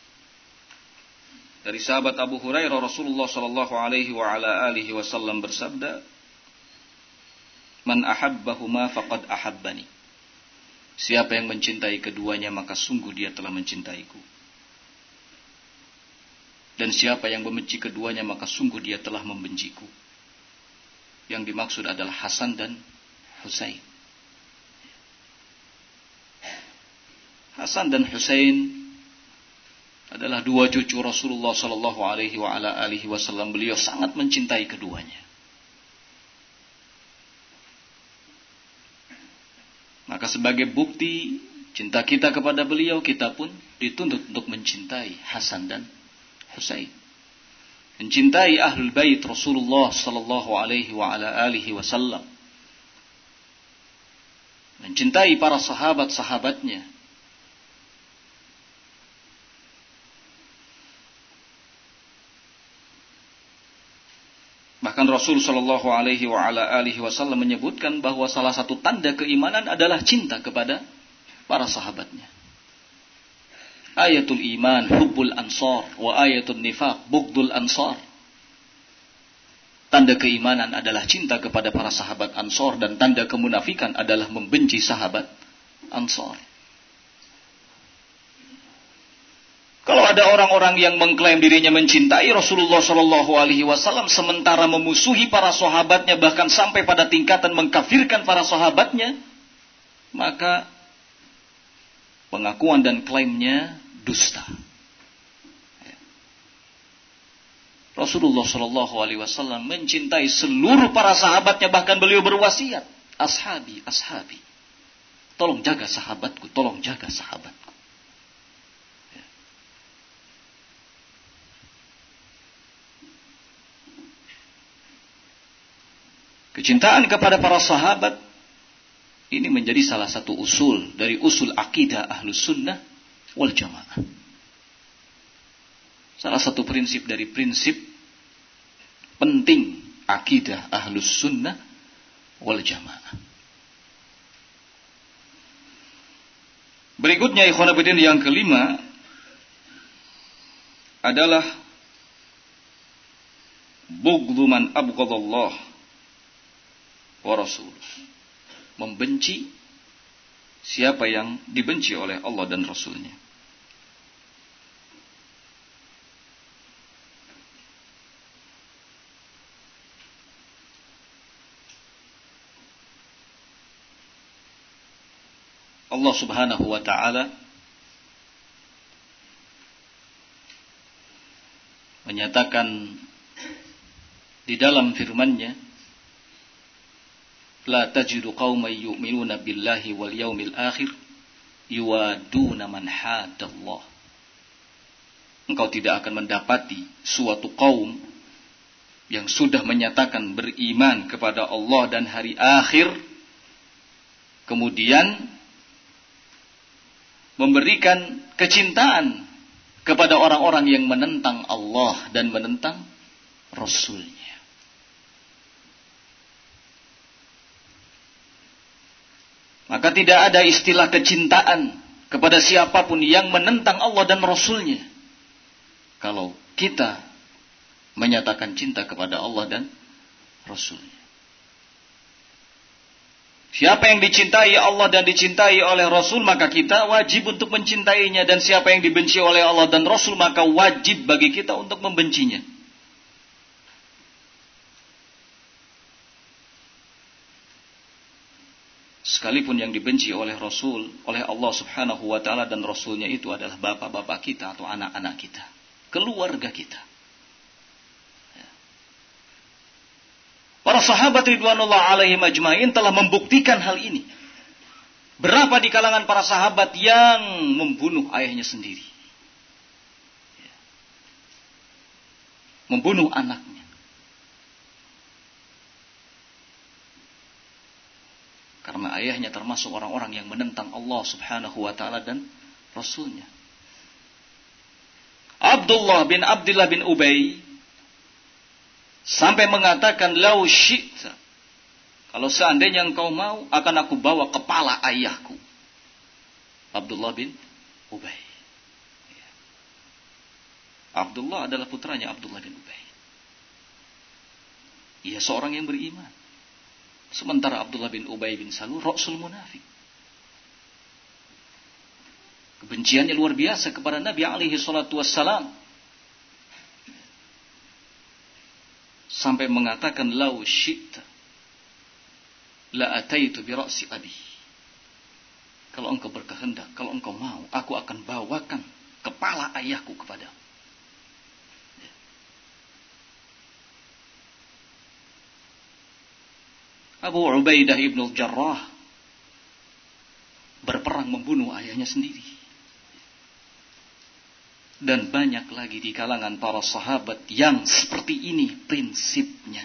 dari sahabat Abu Hurairah, Rasulullah sallallahu alaihi wa ala alihi wasallam bersabda, "Man ahabbahuma faqad ahabbani." Siapa yang mencintai keduanya maka sungguh dia telah mencintaiku. Dan siapa yang membenci keduanya maka sungguh dia telah membenciku. Yang dimaksud adalah Hasan dan Husain. Hasan dan Husain adalah dua cucu Rasulullah sallallahu alaihi wa ala alihi wasallam. Beliau sangat mencintai keduanya. Maka sebagai bukti cinta kita kepada beliau, kita pun dituntut untuk mencintai Hasan dan Husain. Mencintai ahlul bait Rasulullah sallallahu alaihi wa ala alihi wasallam. Mencintai para sahabat-sahabatnya. Bahkan Rasul sallallahu alaihi wa ala alihi wasallam menyebutkan bahwa salah satu tanda keimanan adalah cinta kepada para sahabatnya. Ayatul iman hubbul ansar wa ayatul nifaq bughdul ansar. Tanda keimanan adalah cinta kepada para sahabat Ansar, dan tanda kemunafikan adalah membenci sahabat Ansar. Kalau ada orang-orang yang mengklaim dirinya mencintai Rasulullah Shallallahu Alaihi Wasallam sementara memusuhi para sahabatnya, bahkan sampai pada tingkatan mengkafirkan para sahabatnya, maka pengakuan dan klaimnya dusta. Rasulullah Shallallahu Alaihi Wasallam mencintai seluruh para sahabatnya, bahkan beliau berwasiat, ashabi, ashabi, tolong jaga sahabatku, tolong jaga sahabatku. Kecintaan kepada para sahabat ini menjadi salah satu usul dari usul akidah Ahlus Sunnah wal Jamaah. Salah satu prinsip dari prinsip penting akidah Ahlus Sunnah wal Jamaah. Berikutnya ikhwan fillah yang kelima adalah bughdhu man abghadallah wa rasuluh. Membenci siapa yang dibenci oleh Allah dan Rasulnya. Allah Subhanahu wa ta'ala menyatakan di dalam firman-Nya, la tajidu qauman yu'minuna billahi wal yaumil akhir yuwaduna man hadallah. Engkau tidak akan mendapati suatu kaum yang sudah menyatakan beriman kepada Allah dan hari akhir, kemudian memberikan kecintaan kepada orang-orang yang menentang Allah dan menentang Rasul-Nya. Maka tidak ada istilah kecintaan kepada siapapun yang menentang Allah dan Rasulnya. Kalau kita menyatakan cinta kepada Allah dan Rasulnya. Siapa yang dicintai Allah dan dicintai oleh Rasul, maka kita wajib untuk mencintainya. Dan siapa yang dibenci oleh Allah dan Rasul, maka wajib bagi kita untuk membencinya. Sekalipun yang dibenci oleh Rasul, oleh Allah subhanahu wa ta'ala dan Rasulnya itu adalah bapak-bapak kita atau anak-anak kita, keluarga kita. Para sahabat ridwanullah alaihim ajmain telah membuktikan hal ini. Berapa di kalangan para sahabat yang membunuh ayahnya sendiri, membunuh anaknya, karena ayahnya termasuk orang-orang yang menentang Allah subhanahu wa ta'ala dan Rasulnya. Abdullah bin Ubay sampai mengatakan, lau syi'ta, kalau seandainya engkau mau, akan aku bawa kepala ayahku. Abdullah bin Ubay. Abdullah adalah putranya Abdullah bin Ubay. Ia seorang yang beriman. Sementara Abdullah bin Ubay bin Salul, Rasul munafik. Kebenciannya luar biasa kepada Nabi alaihi salatu wassalam. Sampai mengatakan, lau syi'ta la ataitu bi ra'si abi. Kalau engkau berkehendak, kalau engkau mau, aku akan bawakan kepala ayahku kepadamu. Abu Ubaidah ibn al-Jarrah berperang membunuh ayahnya sendiri. Dan banyak lagi di kalangan para sahabat yang seperti ini prinsipnya.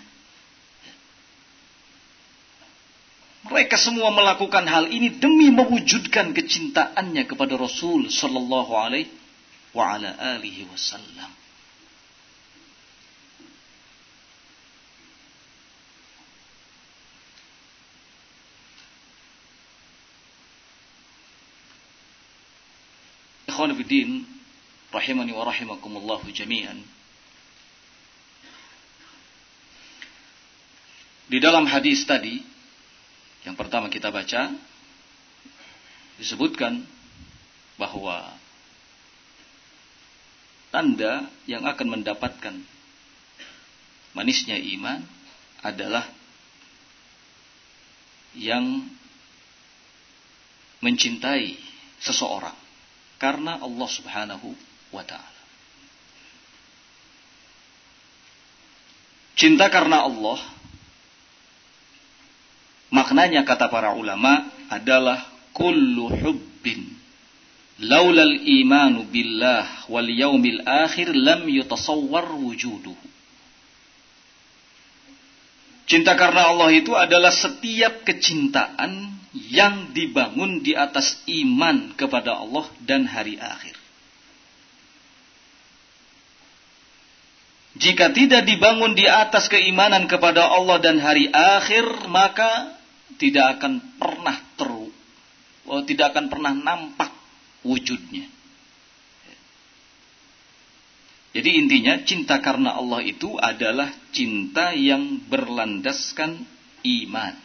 Mereka semua melakukan hal ini demi mewujudkan kecintaannya kepada Rasul sallallahu alaihi wa ala alihi wasallam. Ikhwan fillah rahimani wa rahimakumullahu jami'an. Di dalam hadis tadi yang pertama kita baca, disebutkan bahwa tanda yang akan mendapatkan manisnya iman adalah yang mencintai seseorang karena Allah subhanahu wa ta'ala. Cinta karena Allah, maknanya kata para ulama adalah kullu hubbin laulal imanu billah wal yaumil akhir lam yutasawwar wujuduhu. Cinta karena Allah itu adalah setiap kecintaan yang dibangun di atas iman kepada Allah dan hari akhir. Jika tidak dibangun di atas keimanan kepada Allah dan hari akhir, maka tidak akan pernah nampak wujudnya. Jadi intinya cinta karena Allah itu adalah cinta yang berlandaskan iman.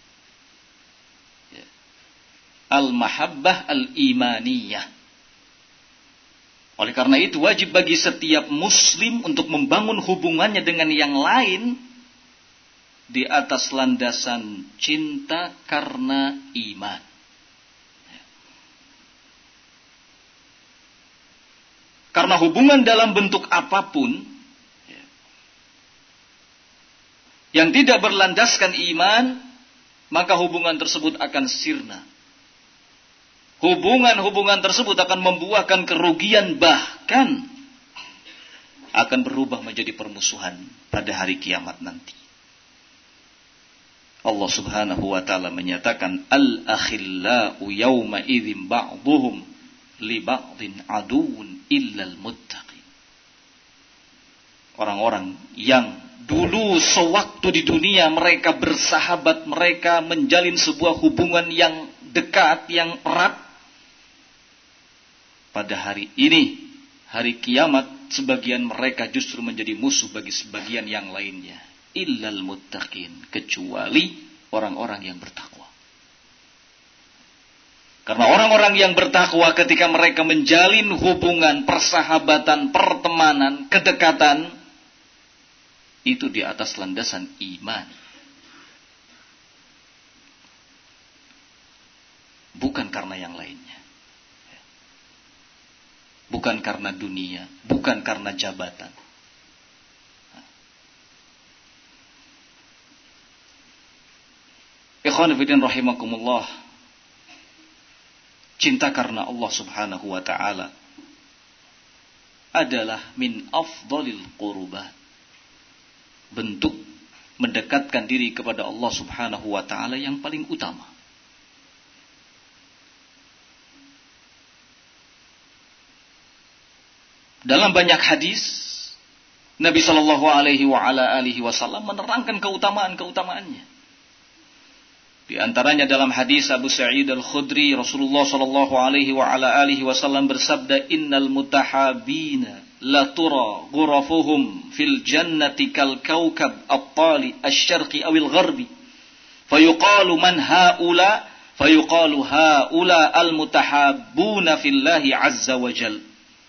Al-mahabbah al-imaniyah. Oleh karena itu wajib bagi setiap muslim untuk membangun hubungannya dengan yang lain di atas landasan cinta karena iman. Karena hubungan dalam bentuk apapun yang tidak berlandaskan iman, maka hubungan tersebut akan sirna. Hubungan-hubungan tersebut akan membuahkan kerugian, bahkan akan berubah menjadi permusuhan pada hari kiamat nanti. Allah subhanahu wa ta'ala menyatakan, al-akhillau yawma idzin ba'duhum li ba'din aduun illal muttaqin. Orang-orang yang dulu sewaktu di dunia mereka bersahabat, mereka menjalin sebuah hubungan yang dekat, yang erat, pada hari ini, hari kiamat, sebagian mereka justru menjadi musuh bagi sebagian yang lainnya. Illal muttaqin, kecuali orang-orang yang bertakwa. Karena orang-orang yang bertakwa ketika mereka menjalin hubungan, persahabatan, pertemanan, kedekatan, itu di atas landasan iman. Bukan karena yang lainnya. Bukan karena dunia, bukan karena jabatan. Ikhwan fillah rahimakumullah. Cinta karena Allah Subhanahu wa taala adalah min afdhalil qurbat. Bentuk mendekatkan diri kepada Allah Subhanahu wa taala yang paling utama. Dalam banyak hadis, Nabi Shallallahu Alaihi Wasallam menerangkan keutamaan-keutamaannya. Di antaranya dalam hadis Abu Sa'id Al-Khudri, Rasulullah Shallallahu Alaihi Wasallam bersabda, Innal mutahabina la tura ghurafuhum fil jannati kal kaukab at-tali asy-syarqi awil gharbi. Fayuqalu man haula? Fayuqalu haula al-mutahabbuna fillahi azza wa jalla.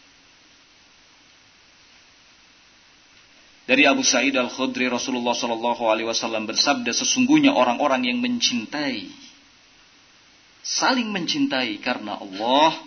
Dari Abu Sa'id Al-Khudri, Rasulullah Sallallahu Alaihi Wasallam bersabda, sesungguhnya orang-orang yang mencintai, saling mencintai karena Allah,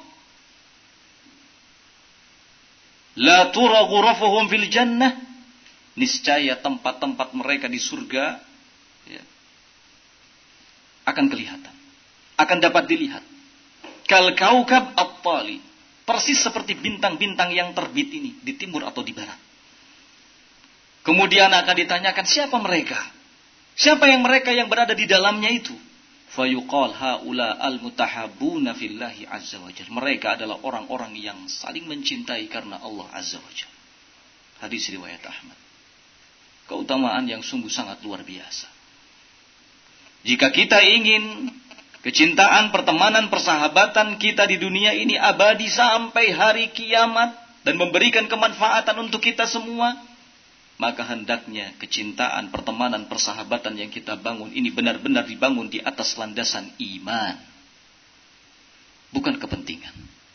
la tura ghurafuhum fil jannah, niscaya tempat-tempat mereka di surga ya, akan kelihatan, akan dapat dilihat. Kal kaukab at-tali, persis seperti bintang-bintang yang terbit ini di timur atau di barat. Kemudian akan ditanyakan siapa mereka? Siapa yang mereka yang berada di dalamnya itu? Fayuqal haula al-mutahabbuna fillahi azza wa jalla. Mereka adalah orang-orang yang saling mencintai karena Allah azza wa jalla. Hadis riwayat Ahmad. Keutamaan yang sungguh sangat luar biasa. Jika kita ingin kecintaan, pertemanan, persahabatan kita di dunia ini abadi sampai hari kiamat dan memberikan kemanfaatan untuk kita semua, maka hendaknya kecintaan, pertemanan, persahabatan yang kita bangun ini benar-benar dibangun di atas landasan iman. Bukan kepentingan.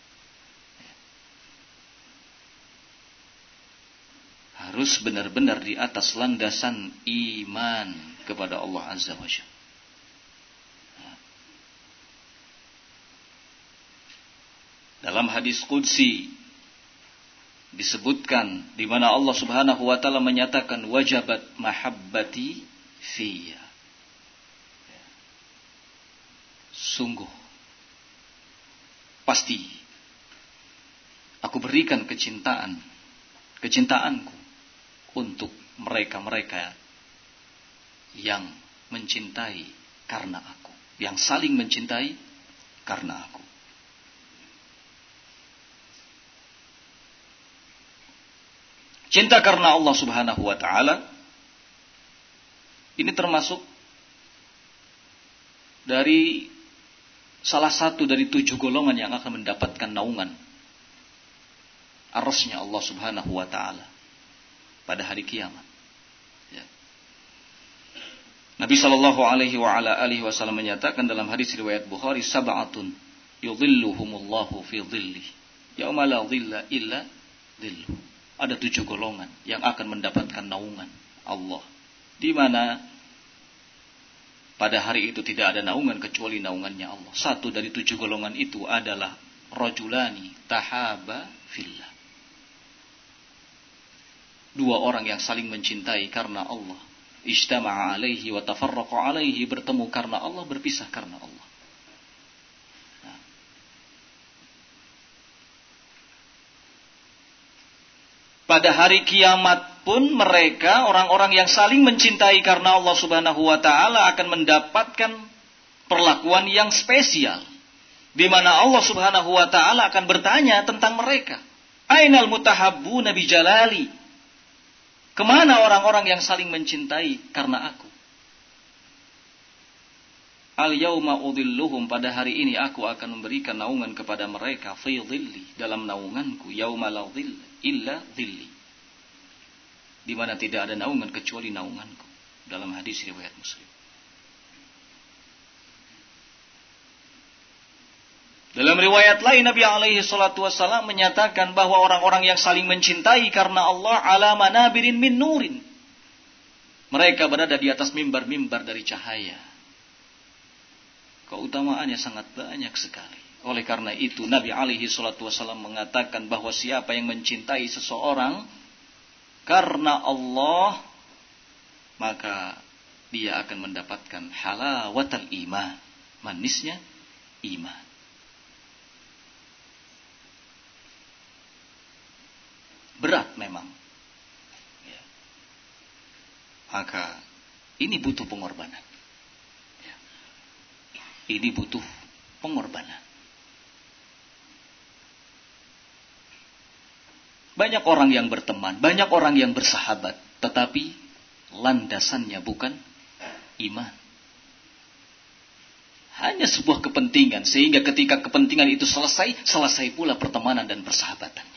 Harus benar-benar di atas landasan iman kepada Allah Azza wa Jalla. Dalam hadis qudsi disebutkan di mana Allah Subhanahu wa taala menyatakan wajabat mahabbati fiyya. Sungguh pasti aku berikan kecintaanku untuk mereka-mereka yang mencintai karena aku, yang saling mencintai karena aku. Cinta karena Allah Subhanahu wa taala ini termasuk dari salah satu dari 7 golongan yang akan mendapatkan naungan arasnya Allah Subhanahu wa taala pada hari kiamat. Ya. Nabi sallallahu alaihi wasallam menyatakan dalam hadis riwayat Bukhari, sab'atun yudhilluhumullahu fi dhilli yauma la dhilla illa dhilluh. Ada 7 golongan yang akan mendapatkan naungan Allah, di mana pada hari itu tidak ada naungan kecuali naungannya Allah. Satu dari 7 golongan itu adalah rajulani tahaba fillah. 2 orang yang saling mencintai karena Allah. Ijtama'a alaihi wa tafarraqa alaihi, bertemu karena Allah, berpisah karena Allah. Pada hari kiamat pun mereka, orang-orang yang saling mencintai karena Allah Subhanahu wa taala akan mendapatkan perlakuan yang spesial, di mana Allah Subhanahu wa taala akan bertanya tentang mereka. Ainal mutahabbuna bi jalali? Kemana orang-orang yang saling mencintai karena aku? Al-yauma udhilluhum, pada hari ini aku akan memberikan naungan kepada mereka fi dhilli, dalam naunganku, yauma la dhill illa dhilli, di mana tidak ada naungan kecuali naunganku, dalam hadis riwayat Muslim. Dalam riwayat lain Nabi alaihi salatu wassalam menyatakan bahwa orang-orang yang saling mencintai karena Allah ala manabirin min nurin, mereka berada di atas mimbar-mimbar dari cahaya. Keutamaannya sangat banyak sekali. Oleh karena itu Nabi alaihi salatu wassalam mengatakan bahwa siapa yang mencintai seseorang karena Allah, maka dia akan mendapatkan halawatul iman, manisnya iman. Berat memang. Ya. Maka ini butuh pengorbanan. Ya. Ini butuh pengorbanan. Banyak orang yang berteman, banyak orang yang bersahabat, tetapi landasannya bukan iman. Hanya sebuah kepentingan, sehingga ketika kepentingan itu selesai pula pertemanan dan persahabatannya.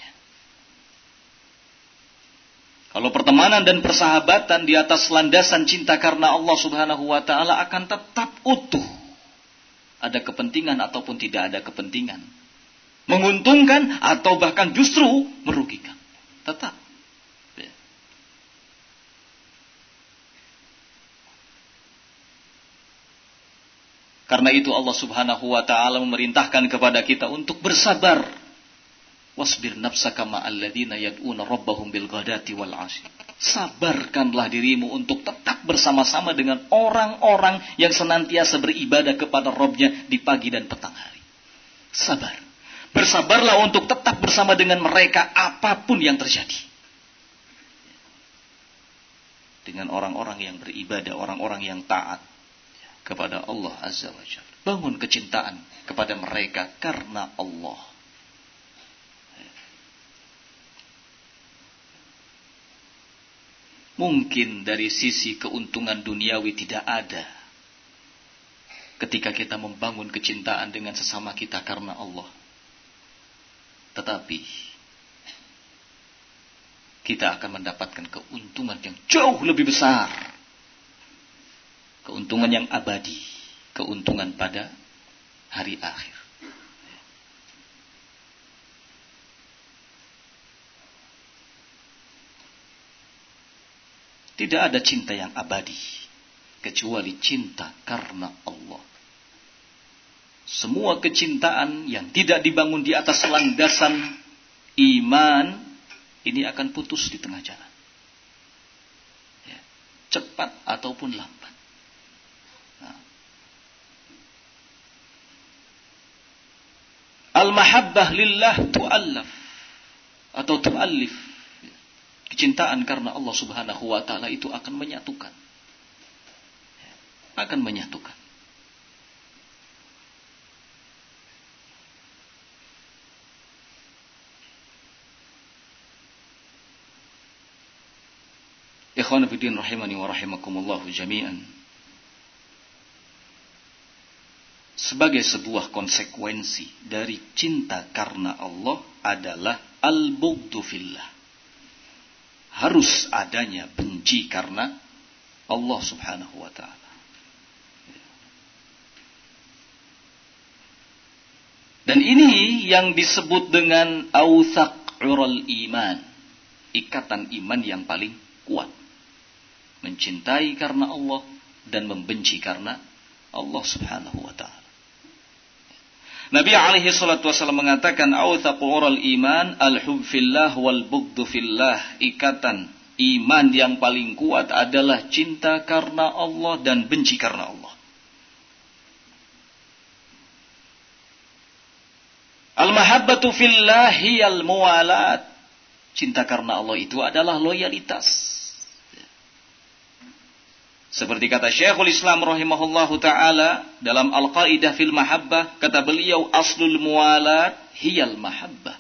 Kalau pertemanan dan persahabatan di atas landasan cinta karena Allah Subhanahu wa taala akan tetap utuh. Ada kepentingan ataupun tidak ada kepentingan. Menguntungkan atau bahkan justru merugikan. Tetap. Ya. Karena itu Allah Subhanahu wa taala memerintahkan kepada kita untuk bersabar. Wasbir nafsaka ma'al ladzina yad'una rabbahum bil ghadati wal 'ashi. Sabarkanlah dirimu untuk tetap bersama-sama dengan orang-orang yang senantiasa beribadah kepada Rabb-Nya di pagi dan petang hari. Sabar. Bersabarlah untuk tetap bersama dengan mereka apapun yang terjadi. Dengan orang-orang yang beribadah, orang-orang yang taat kepada Allah Azza wa Jalla. Bangun kecintaan kepada mereka karena Allah. Mungkin dari sisi keuntungan duniawi tidak ada ketika kita membangun kecintaan dengan sesama kita karena Allah. Tetapi kita akan mendapatkan keuntungan yang jauh lebih besar. Keuntungan yang abadi. Keuntungan pada hari akhir. Tidak ada cinta yang abadi kecuali cinta karena Allah. Semua kecintaan yang tidak dibangun di atas landasan iman ini akan putus di tengah jalan. Ya, cepat ataupun lambat. Nah. Al-mahabbah lillah tu'allaf atau tu'allif. Kecintaan karena Allah Subhanahu wa taala itu akan menyatukan. Akan menyatukan. Ikhwan fillah rahimani wa rahimakumullah jami'an. Sebagai sebuah konsekuensi dari cinta karena Allah adalah al-bughdu fillah. Harus adanya benci karena Allah Subhanahu wa ta'ala. Dan ini yang disebut dengan awthaq'ural iman. Ikatan iman yang paling kuat. Mencintai karena Allah dan membenci karena Allah Subhanahu wa ta'ala. Nabi alaihi salatu wasallam mengatakan awthaqul iman al-hub fillah wal bughdu fillah. Ikatan iman yang paling kuat adalah cinta karena Allah dan benci karena Allah. Al-mahabbatu fillah hiyal muwalat. Cinta karena Allah itu adalah loyalitas. Seperti kata Syekhul Islam rahimahullahu ta'ala dalam Al-Qaidah fil Mahabbah, kata beliau aslul muwalat hiyal mahabbah.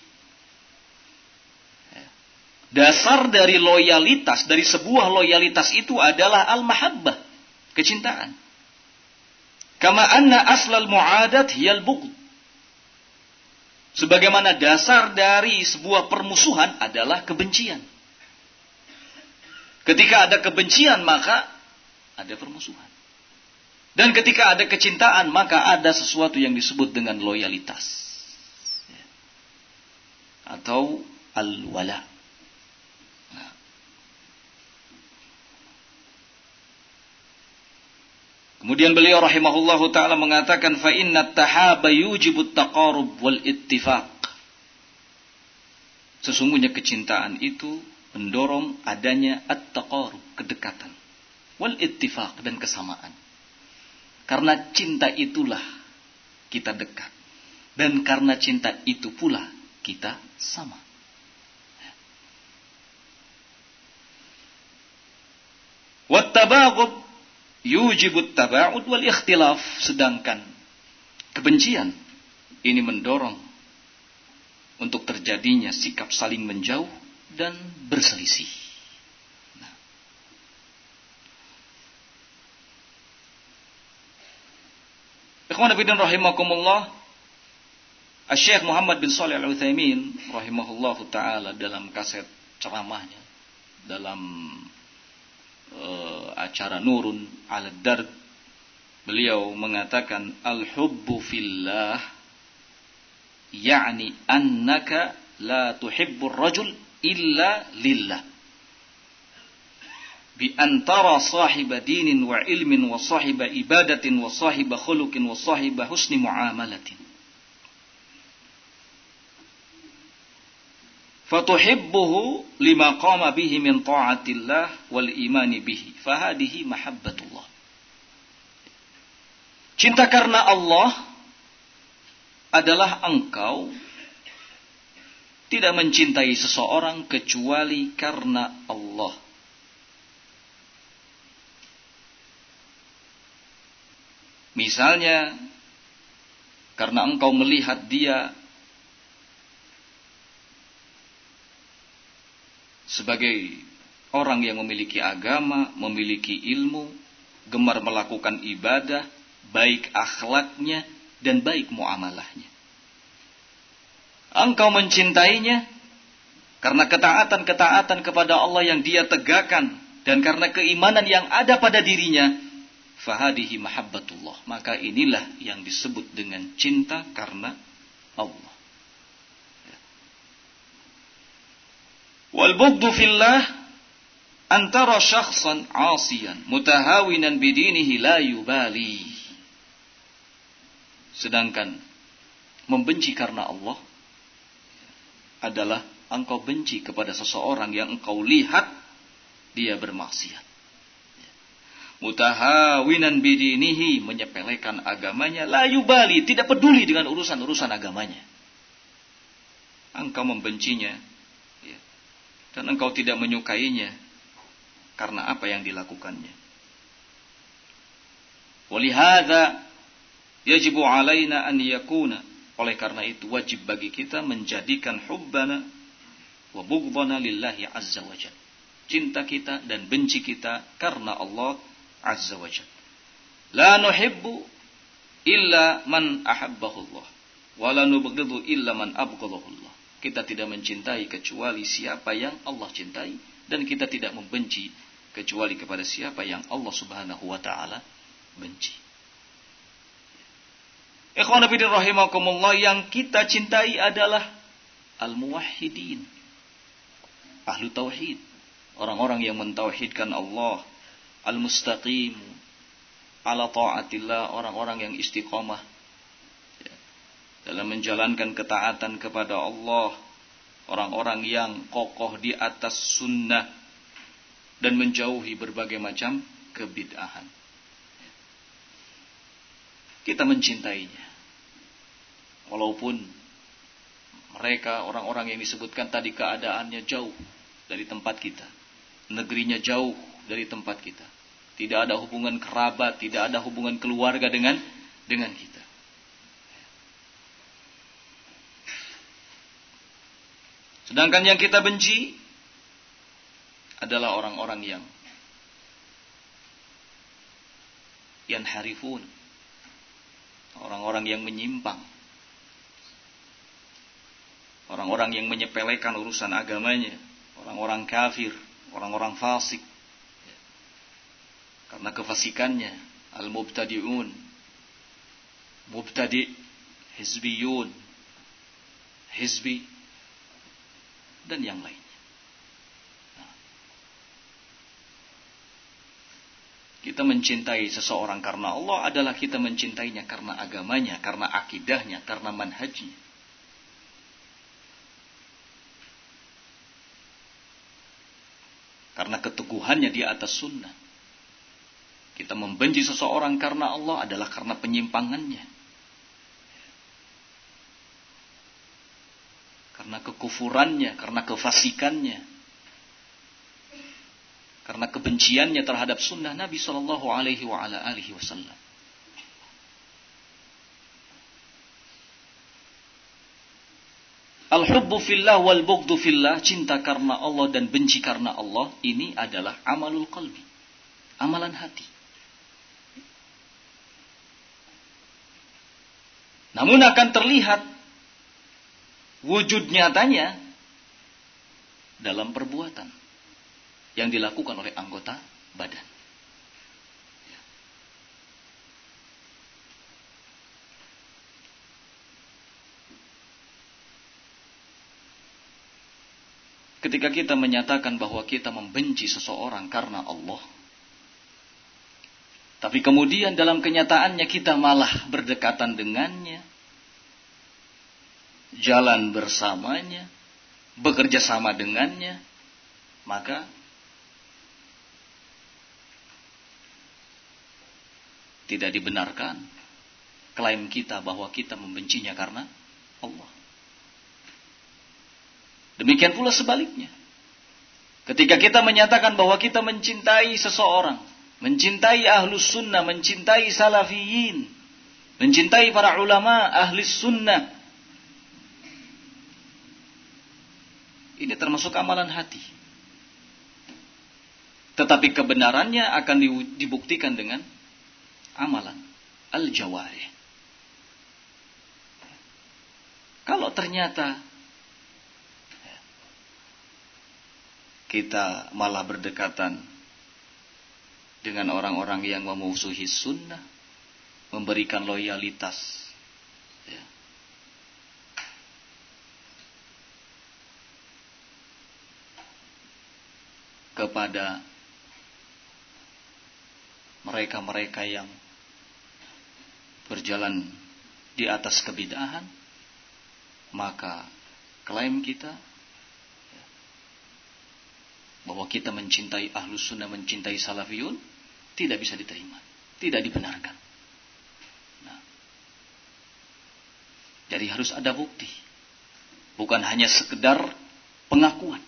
Dasar dari loyalitas, dari sebuah loyalitas itu adalah al-mahabbah, kecintaan. Kama anna aslal mu'adat hiyal bughd. Sebagaimana dasar dari sebuah permusuhan adalah kebencian. Ketika ada kebencian maka ada permusuhan. Dan ketika ada kecintaan maka ada sesuatu yang disebut dengan loyalitas. Atau al-wala. Kemudian beliau rahimahullahu ta'ala mengatakan fa inna tahaba yujibut taqarub wal ittifaq. Sesungguhnya kecintaan itu mendorong adanya at-taqarub, kedekatan, wal ittifaq, dan kesamaan. Karena cinta itulah kita dekat, dan karena cinta itu pula kita sama. Wat tabaghud yujibut taba'ud wal ikhtilaf. Sedangkan kebencian ini mendorong untuk terjadinya sikap saling menjauh dan berselisih. Ikhwan fillah rahimakumullah, Syekh Muhammad bin Shalih Al-Utsaimin rahimahullahu taala dalam kaset ceramahnya dalam acara Nurun 'ala Darb, beliau mengatakan al-hubbu fillah ya'ni annaka la tuhibbur rajul illa lillah bi antara sahiba dinin wa ilmin wa sahiba ibadatin wa sahiba khuluqin wa sahiba husni muamalatin fatuhibbuhu lima qama bihi min ta'atillah wal imani bihi fahadihi mahabbatullah. Cinta karena Allah adalah engkau tidak mencintai seseorang kecuali karena Allah. Misalnya karena engkau melihat dia sebagai orang yang memiliki agama, memiliki ilmu, gemar melakukan ibadah, baik akhlaknya dan baik muamalahnya. Engkau mencintainya karena ketaatan-ketaatan kepada Allah yang dia tegakkan dan karena keimanan yang ada pada dirinya. Fahadihi mahabbatullah. Maka inilah yang disebut dengan cinta karena Allah. Wal bughdu fillah antara syakhsan 'asiyan mutahawinan bidinihi la yubali. Sedangkan membenci karena Allah adalah engkau benci kepada seseorang yang engkau lihat dia bermaksiat. Mutahawinan bidinihi, menyepelekan agamanya, la yubali, tidak peduli dengan urusan-urusan agamanya. Engkau membencinya dan engkau tidak menyukainya karena apa yang dilakukannya. Walihada yajibu alaina an yakuna, oleh karena itu wajib bagi kita menjadikan hubbana wa bughdana lillahi azza wa jalla. Cinta kita dan benci kita karena Allah azza wa jalla. La nuhibbu illa man ahabbahu Allah wa la nubghidu illa man abghadahu Allah. Kita tidak mencintai kecuali siapa yang Allah cintai, dan kita tidak membenci kecuali kepada siapa yang Allah Subhanahu wa taala benci. Ikhwan fillah rahimakumullah, yang kita cintai adalah al-muwahhidin, ahlu tauhid, orang-orang yang mentauhidkan Allah, al-mustaqim ala ta'atillah, orang-orang yang istiqamah dalam menjalankan ketaatan kepada Allah, orang-orang yang kokoh di atas sunnah dan menjauhi berbagai macam kebid'ahan. Kita mencintainya walaupun mereka orang-orang yang disebutkan tadi keadaannya jauh dari tempat kita, negerinya jauh dari tempat kita, tidak ada hubungan kerabat, tidak ada hubungan keluarga dengan kita. Sedangkan yang kita benci adalah orang-orang yang harifun orang-orang yang menyimpang, orang-orang yang menyepelekan urusan agamanya, orang-orang kafir, orang-orang fasik. Karena kefasikannya, al-mubtadi'un, mubtadi', hizbiyun, hizbi, dan yang lainnya. Kita mencintai seseorang karena Allah adalah kita mencintainya karena agamanya, karena akidahnya, karena manhajnya. Karena keteguhannya di atas sunnah. Kita membenci seseorang karena Allah adalah karena penyimpangannya. Karena kekufurannya, karena kefasikannya. Karena kebenciannya terhadap sunnah Nabi Sallallahu Alaihi Wasallam. Al-hubbu fillah wal bughdu fillah, cinta karena Allah dan benci karena Allah, ini adalah amalul qalbi, amalan hati. Namun akan terlihat wujud nyatanya dalam perbuatan yang dilakukan oleh anggota badan. Ketika kita menyatakan bahwa kita membenci seseorang karena Allah, tapi kemudian dalam kenyataannya kita malah berdekatan dengannya, jalan bersamanya, bekerja sama dengannya, maka tidak dibenarkan klaim kita bahwa kita membencinya karena Allah. Demikian pula sebaliknya. Ketika kita menyatakan bahwa kita mencintai seseorang, mencintai ahlus sunnah, mencintai salafiyin, mencintai para ulama ahli sunnah, ini termasuk amalan hati. Tetapi kebenarannya akan dibuktikan dengan amalan al-jawarih. Kalau ternyata kita malah berdekatan dengan orang-orang yang memusuhi sunnah, memberikan loyalitas, ya, kepada mereka-mereka yang berjalan di atas kebid'ahan, maka klaim kita bahwa kita mencintai ahlus sunnah, mencintai salafiyun, tidak bisa diterima, tidak dibenarkan. Nah, jadi harus ada bukti, bukan hanya sekedar pengakuan.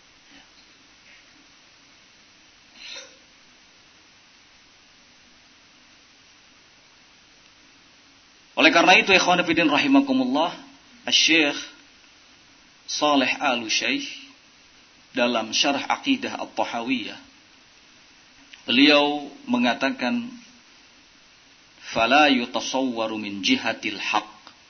Oleh karena itu, ikhwan fillah rahimakumullah, Asy-Syaikh Shalih Al-Utsaimin dalam syarah Aqidah At-Tahawiyah, beliau mengatakan, "Fala yutasawwaru min jihatil haqq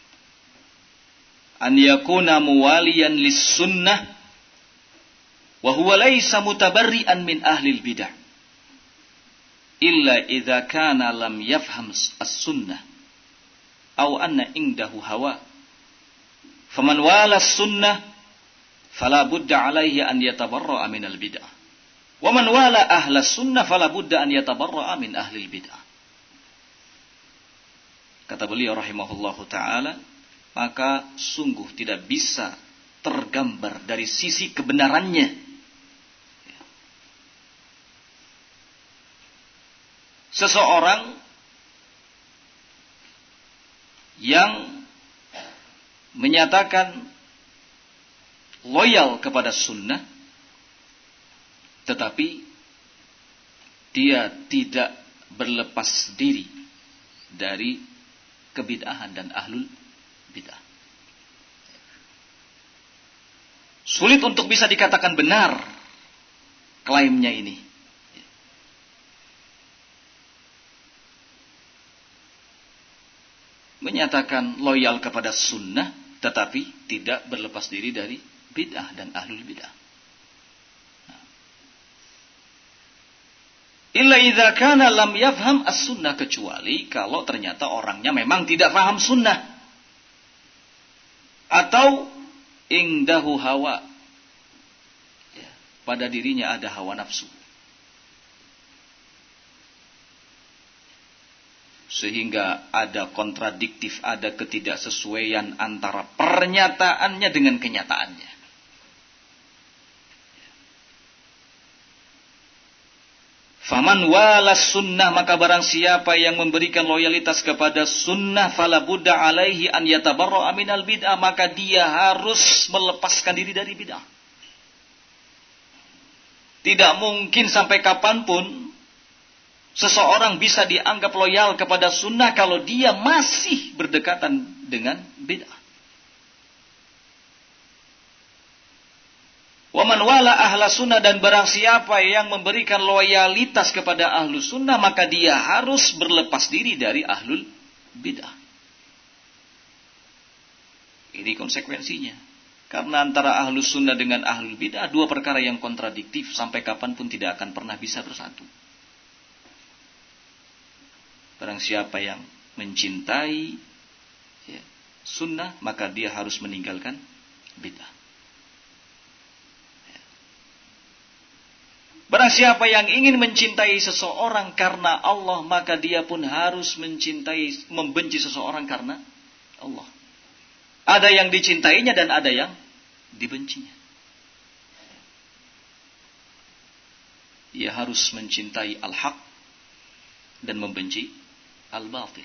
an yakuna muwaliyan lis-sunnah wa huwa laysa mutabarri'an min ahli al-bid'ah illa idza kana lam yafham as-sunnah aw anna indahu hawa faman wala as-sunnah fala budda alaihi an yatabarra'a min al-bid'ah wa man wala ahla as-sunnah fala budda an yatabarra'a min ahli al-bid'ah." Kata beliau rahimahullahu taala, maka sungguh tidak bisa tergambar dari sisi kebenarannya seseorang yang menyatakan loyal kepada sunnah, tetapi dia tidak berlepas diri dari kebid'ahan dan ahlul bid'ah. Sulit untuk bisa dikatakan benar klaimnya ini. menyatakan loyal kepada sunnah, tetapi tidak berlepas diri dari bid'ah dan ahlul bid'ah. Illa idza kana lam yafham as-sunnah, kecuali kalau ternyata orangnya memang tidak paham sunnah. Atau indahu hawa, ya, pada dirinya ada hawa nafsu. Sehingga ada kontradiktif, ada ketidaksesuaian antara pernyataannya dengan kenyataannya. Faman walas sunnah, maka barang siapa yang memberikan loyalitas kepada sunnah, fala budda alaihi an yatabarra'a minal bid'ah, maka dia harus melepaskan diri dari bid'ah. Tidak mungkin sampai kapanpun seseorang bisa dianggap loyal kepada sunnah kalau dia masih berdekatan dengan bid'ah. Wa man wala ahla sunnah, dan barang siapa yang memberikan loyalitas kepada ahlu sunnah, maka dia harus berlepas diri dari ahlul bid'ah. Ini konsekuensinya. Karena antara ahlu sunnah dengan ahlul bid'ah dua perkara yang kontradiktif, sampai kapanpun tidak akan pernah bisa bersatu. Barang siapa yang mencintai, ya, sunnah, maka dia harus meninggalkan bid'ah. Ya. Barang siapa yang ingin mencintai seseorang karena Allah, maka dia pun harus membenci seseorang karena Allah. Ada yang dicintainya dan ada yang dibencinya. Ia harus mencintai al-haq dan membenci al-batil.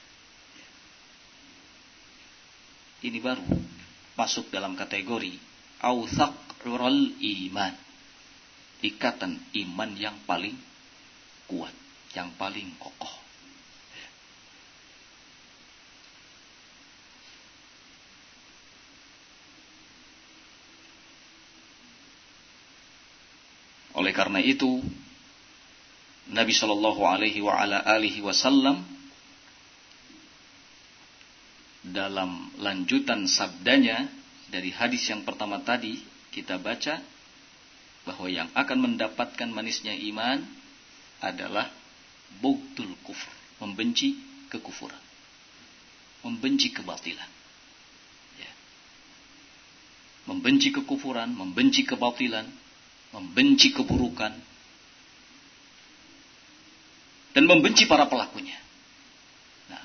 Ini baru masuk dalam kategori authaqul iman, ikatan iman yang paling kuat, yang paling kokoh. Oleh karena itu, Nabi Shallallahu Alaihi Wasallam dalam lanjutan sabdanya dari hadis yang pertama tadi kita baca bahwa yang akan mendapatkan manisnya iman adalah bughdul kufur, membenci kekufuran, membenci kebatilan, ya. Membenci kekufuran, membenci kebatilan, membenci keburukan, dan membenci para pelakunya. Nah,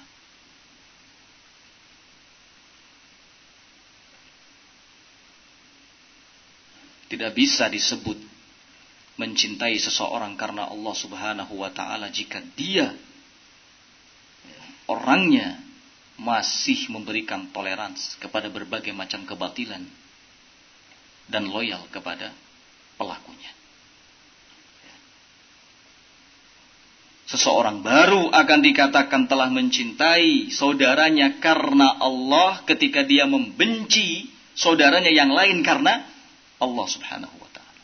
tidak bisa disebut mencintai seseorang karena Allah Subhanahu wa Ta'ala jika dia, orangnya, masih memberikan toleransi kepada berbagai macam kebatilan dan loyal kepada pelakunya. Seseorang baru akan dikatakan telah mencintai saudaranya karena Allah ketika dia membenci saudaranya yang lain karena Allah Subhanahu wa Ta'ala.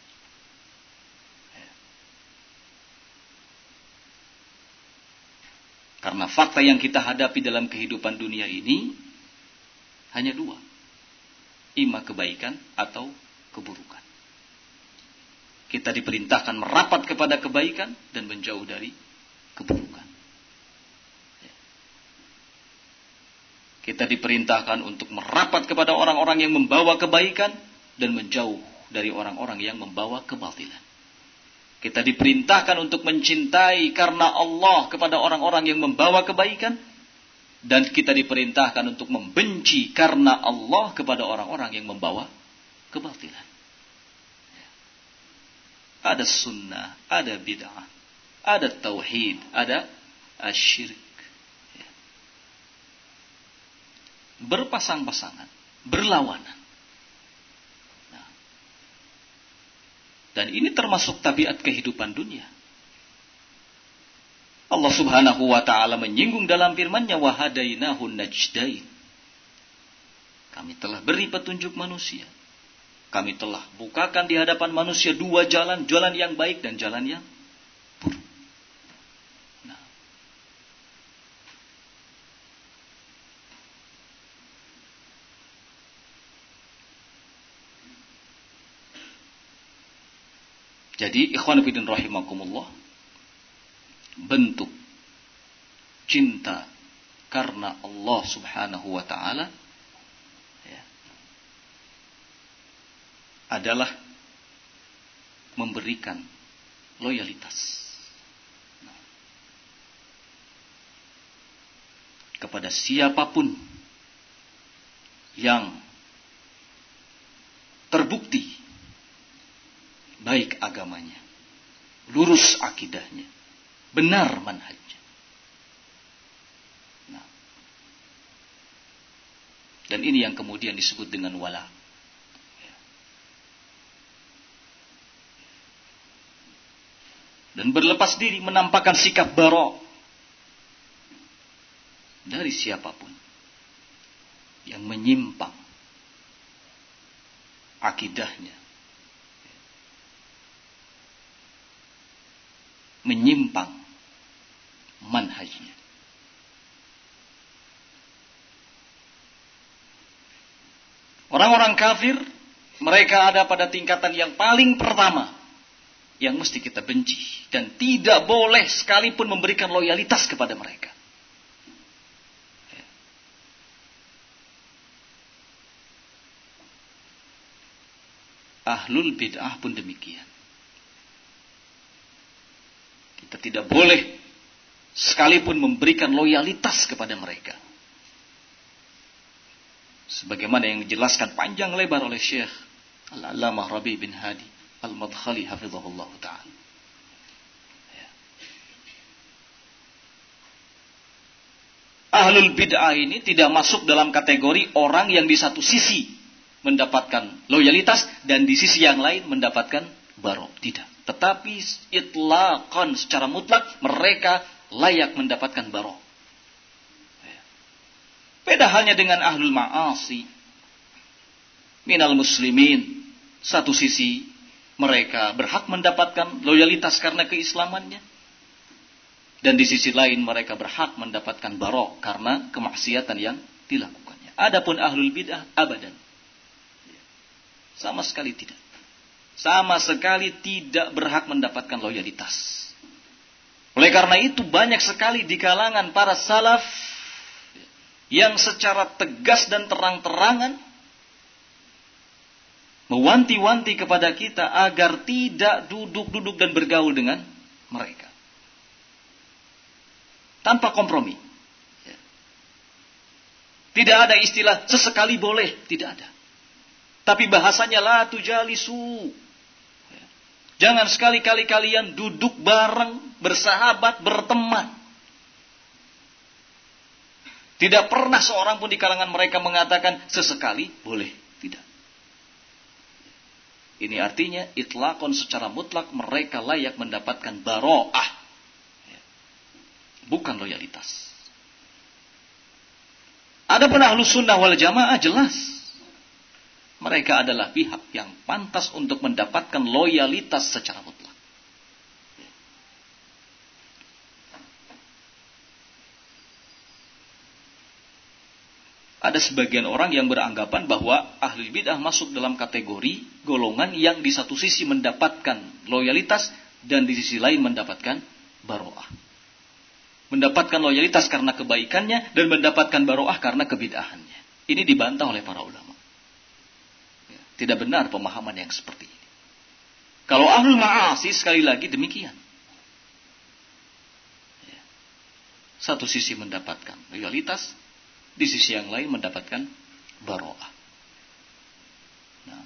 Karena fakta yang kita hadapi dalam kehidupan dunia ini hanya dua, imma kebaikan atau keburukan. Kita diperintahkan merapat kepada kebaikan dan menjauh dari keburukan. Kita diperintahkan untuk merapat kepada orang-orang yang membawa kebaikan dan menjauh dari orang-orang yang membawa kebatilan. Kita diperintahkan untuk mencintai karena Allah kepada orang-orang yang membawa kebaikan, dan kita diperintahkan untuk membenci karena Allah kepada orang-orang yang membawa kebatilan. Ada sunnah, ada bid'ah, ada tauhid, ada asyirik. Berpasang-pasangan, berlawanan. Nah, dan ini termasuk tabiat kehidupan dunia. Allah Subhanahu wa Ta'ala menyinggung dalam firman-Nya, wa hadainahun najdain. Kami telah beri petunjuk manusia. Kami telah bukakan di hadapan manusia dua jalan, jalan yang baik dan jalan yang buruk. Nah, Jadi ikhwan fillah rahimakumullah, bentuk cinta karena Allah Subhanahu wa taala ya, adalah memberikan loyalitas kepada siapapun yang terbukti baik agamanya, lurus akidahnya, benar manhajnya. Nah, dan ini yang kemudian disebut dengan wala. Dan berlepas diri, menampakkan sikap bara dari siapapun yang menyimpang akidahnya, menyimpang manhajnya. Orang-orang kafir, mereka ada pada tingkatan yang paling pertama yang mesti kita benci dan tidak boleh sekalipun memberikan loyalitas kepada mereka. Ahlul bid'ah pun demikian. Kita tidak boleh sekalipun memberikan loyalitas kepada mereka. Sebagaimana yang dijelaskan panjang lebar oleh Syekh Al-Allamah Rabi bin Hadi Al-Madkhali hafizahullah ta'ala. Ahlul bid'ah ini tidak masuk dalam kategori orang yang di satu sisi mendapatkan loyalitas dan di sisi yang lain mendapatkan baro. Tidak. Tetapi itlaqan secara mutlak mereka layak mendapatkan baro. Beda halnya dengan ahlul ma'asi minal muslimin. Satu sisi mereka berhak mendapatkan loyalitas karena keislamannya. Dan di sisi lain mereka berhak mendapatkan baro karena kemaksiatan yang dilakukannya. Adapun ahlul bid'ah abadan. Sama sekali tidak. Sama sekali tidak berhak mendapatkan loyalitas. Oleh karena itu banyak sekali di kalangan para salaf yang secara tegas dan terang-terangan mewanti-wanti kepada kita agar tidak duduk-duduk dan bergaul dengan mereka. Tanpa kompromi. Tidak ada istilah sesekali boleh. Tidak ada. Tapi bahasanya la tujalisu. Jangan sekali-kali kalian duduk bareng, bersahabat, berteman. Tidak pernah seorang pun di kalangan mereka mengatakan sesekali boleh. Tidak. Ini artinya itlaqon secara mutlak mereka layak mendapatkan baro'ah. Bukan loyalitas. Adapun ahlus sunnah wal jamaah jelas. Mereka adalah pihak yang pantas untuk mendapatkan loyalitas secara mutlak. Ada sebagian orang yang beranggapan bahwa ahli bid'ah masuk dalam kategori golongan yang di satu sisi mendapatkan loyalitas dan di sisi lain mendapatkan baro'ah. Mendapatkan loyalitas karena kebaikannya dan mendapatkan baro'ah karena kebid'ahannya. Ini dibantah oleh para ulama. Tidak benar pemahaman yang seperti ini. Kalau ahlul ma'asi sekali lagi demikian. Satu sisi mendapatkan loyalitas, di sisi yang lain mendapatkan baro'ah. Nah.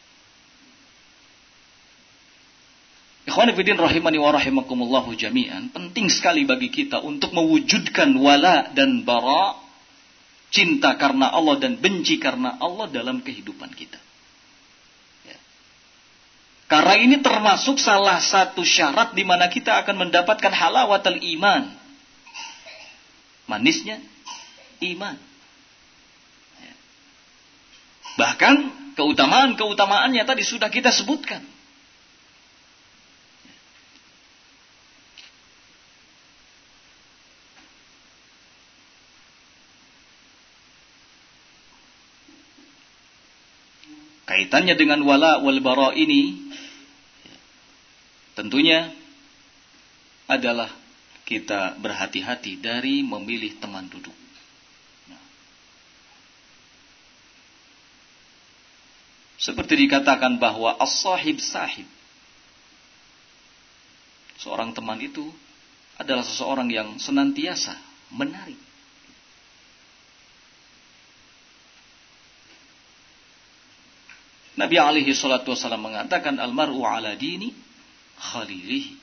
Ikhwan fillah rahimani wa rahimakumullahu jami'an, penting sekali bagi kita untuk mewujudkan wala dan bara, cinta karena Allah dan benci karena Allah dalam kehidupan kita. Karena ini termasuk salah satu syarat di mana kita akan mendapatkan halawatul iman. Manisnya iman. Bahkan keutamaan-keutamaannya tadi sudah kita sebutkan. Kaitannya dengan wala wal bara ini tentunya adalah kita berhati-hati dari memilih teman duduk. Seperti dikatakan bahwa as-sahib sahib. Seorang teman itu adalah seseorang yang senantiasa menarik. Nabi alaihi salatu wasallam mengatakan al-mar'u ala dini khalilihi.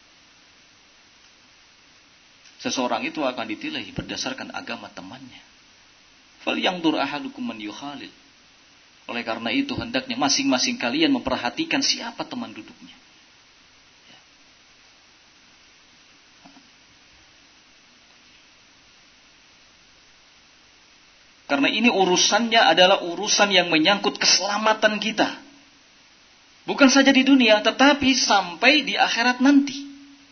Seseorang itu akan ditilai berdasarkan agama temannya. Falyanzur ahadukum man yukhalil. Oleh karena itu hendaknya masing-masing kalian memperhatikan siapa teman duduknya. Karena ini urusannya adalah urusan yang menyangkut keselamatan kita. Bukan saja di dunia, tetapi sampai di akhirat nanti.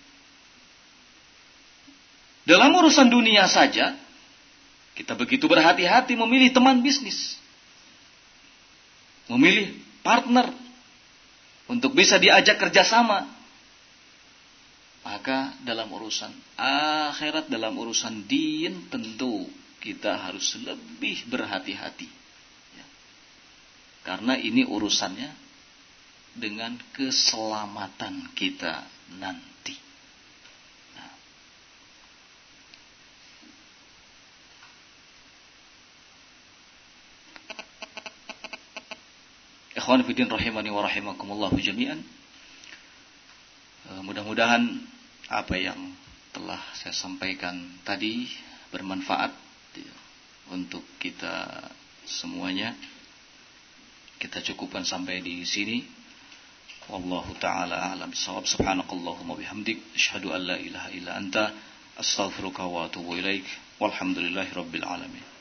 Dalam urusan dunia saja, kita begitu berhati-hati memilih teman bisnis. Memilih partner untuk bisa diajak kerjasama. Maka dalam urusan akhirat, dalam urusan din, tentu kita harus lebih berhati-hati. Karena ini urusannya dengan keselamatan kita nanti. Ikhwan fillah rahimani wa rahimakumullah jami'an. Mudah-mudahan apa yang telah saya sampaikan tadi bermanfaat untuk kita semuanya. Kita cukupkan sampai di sini. Wallahu taala a'lam bissawab. Subhanakallahumma bihamdik asyhadu an la ilaha illa anta astaghfiruka wa atubu ilaik. Walhamdulillahirabbil alamin.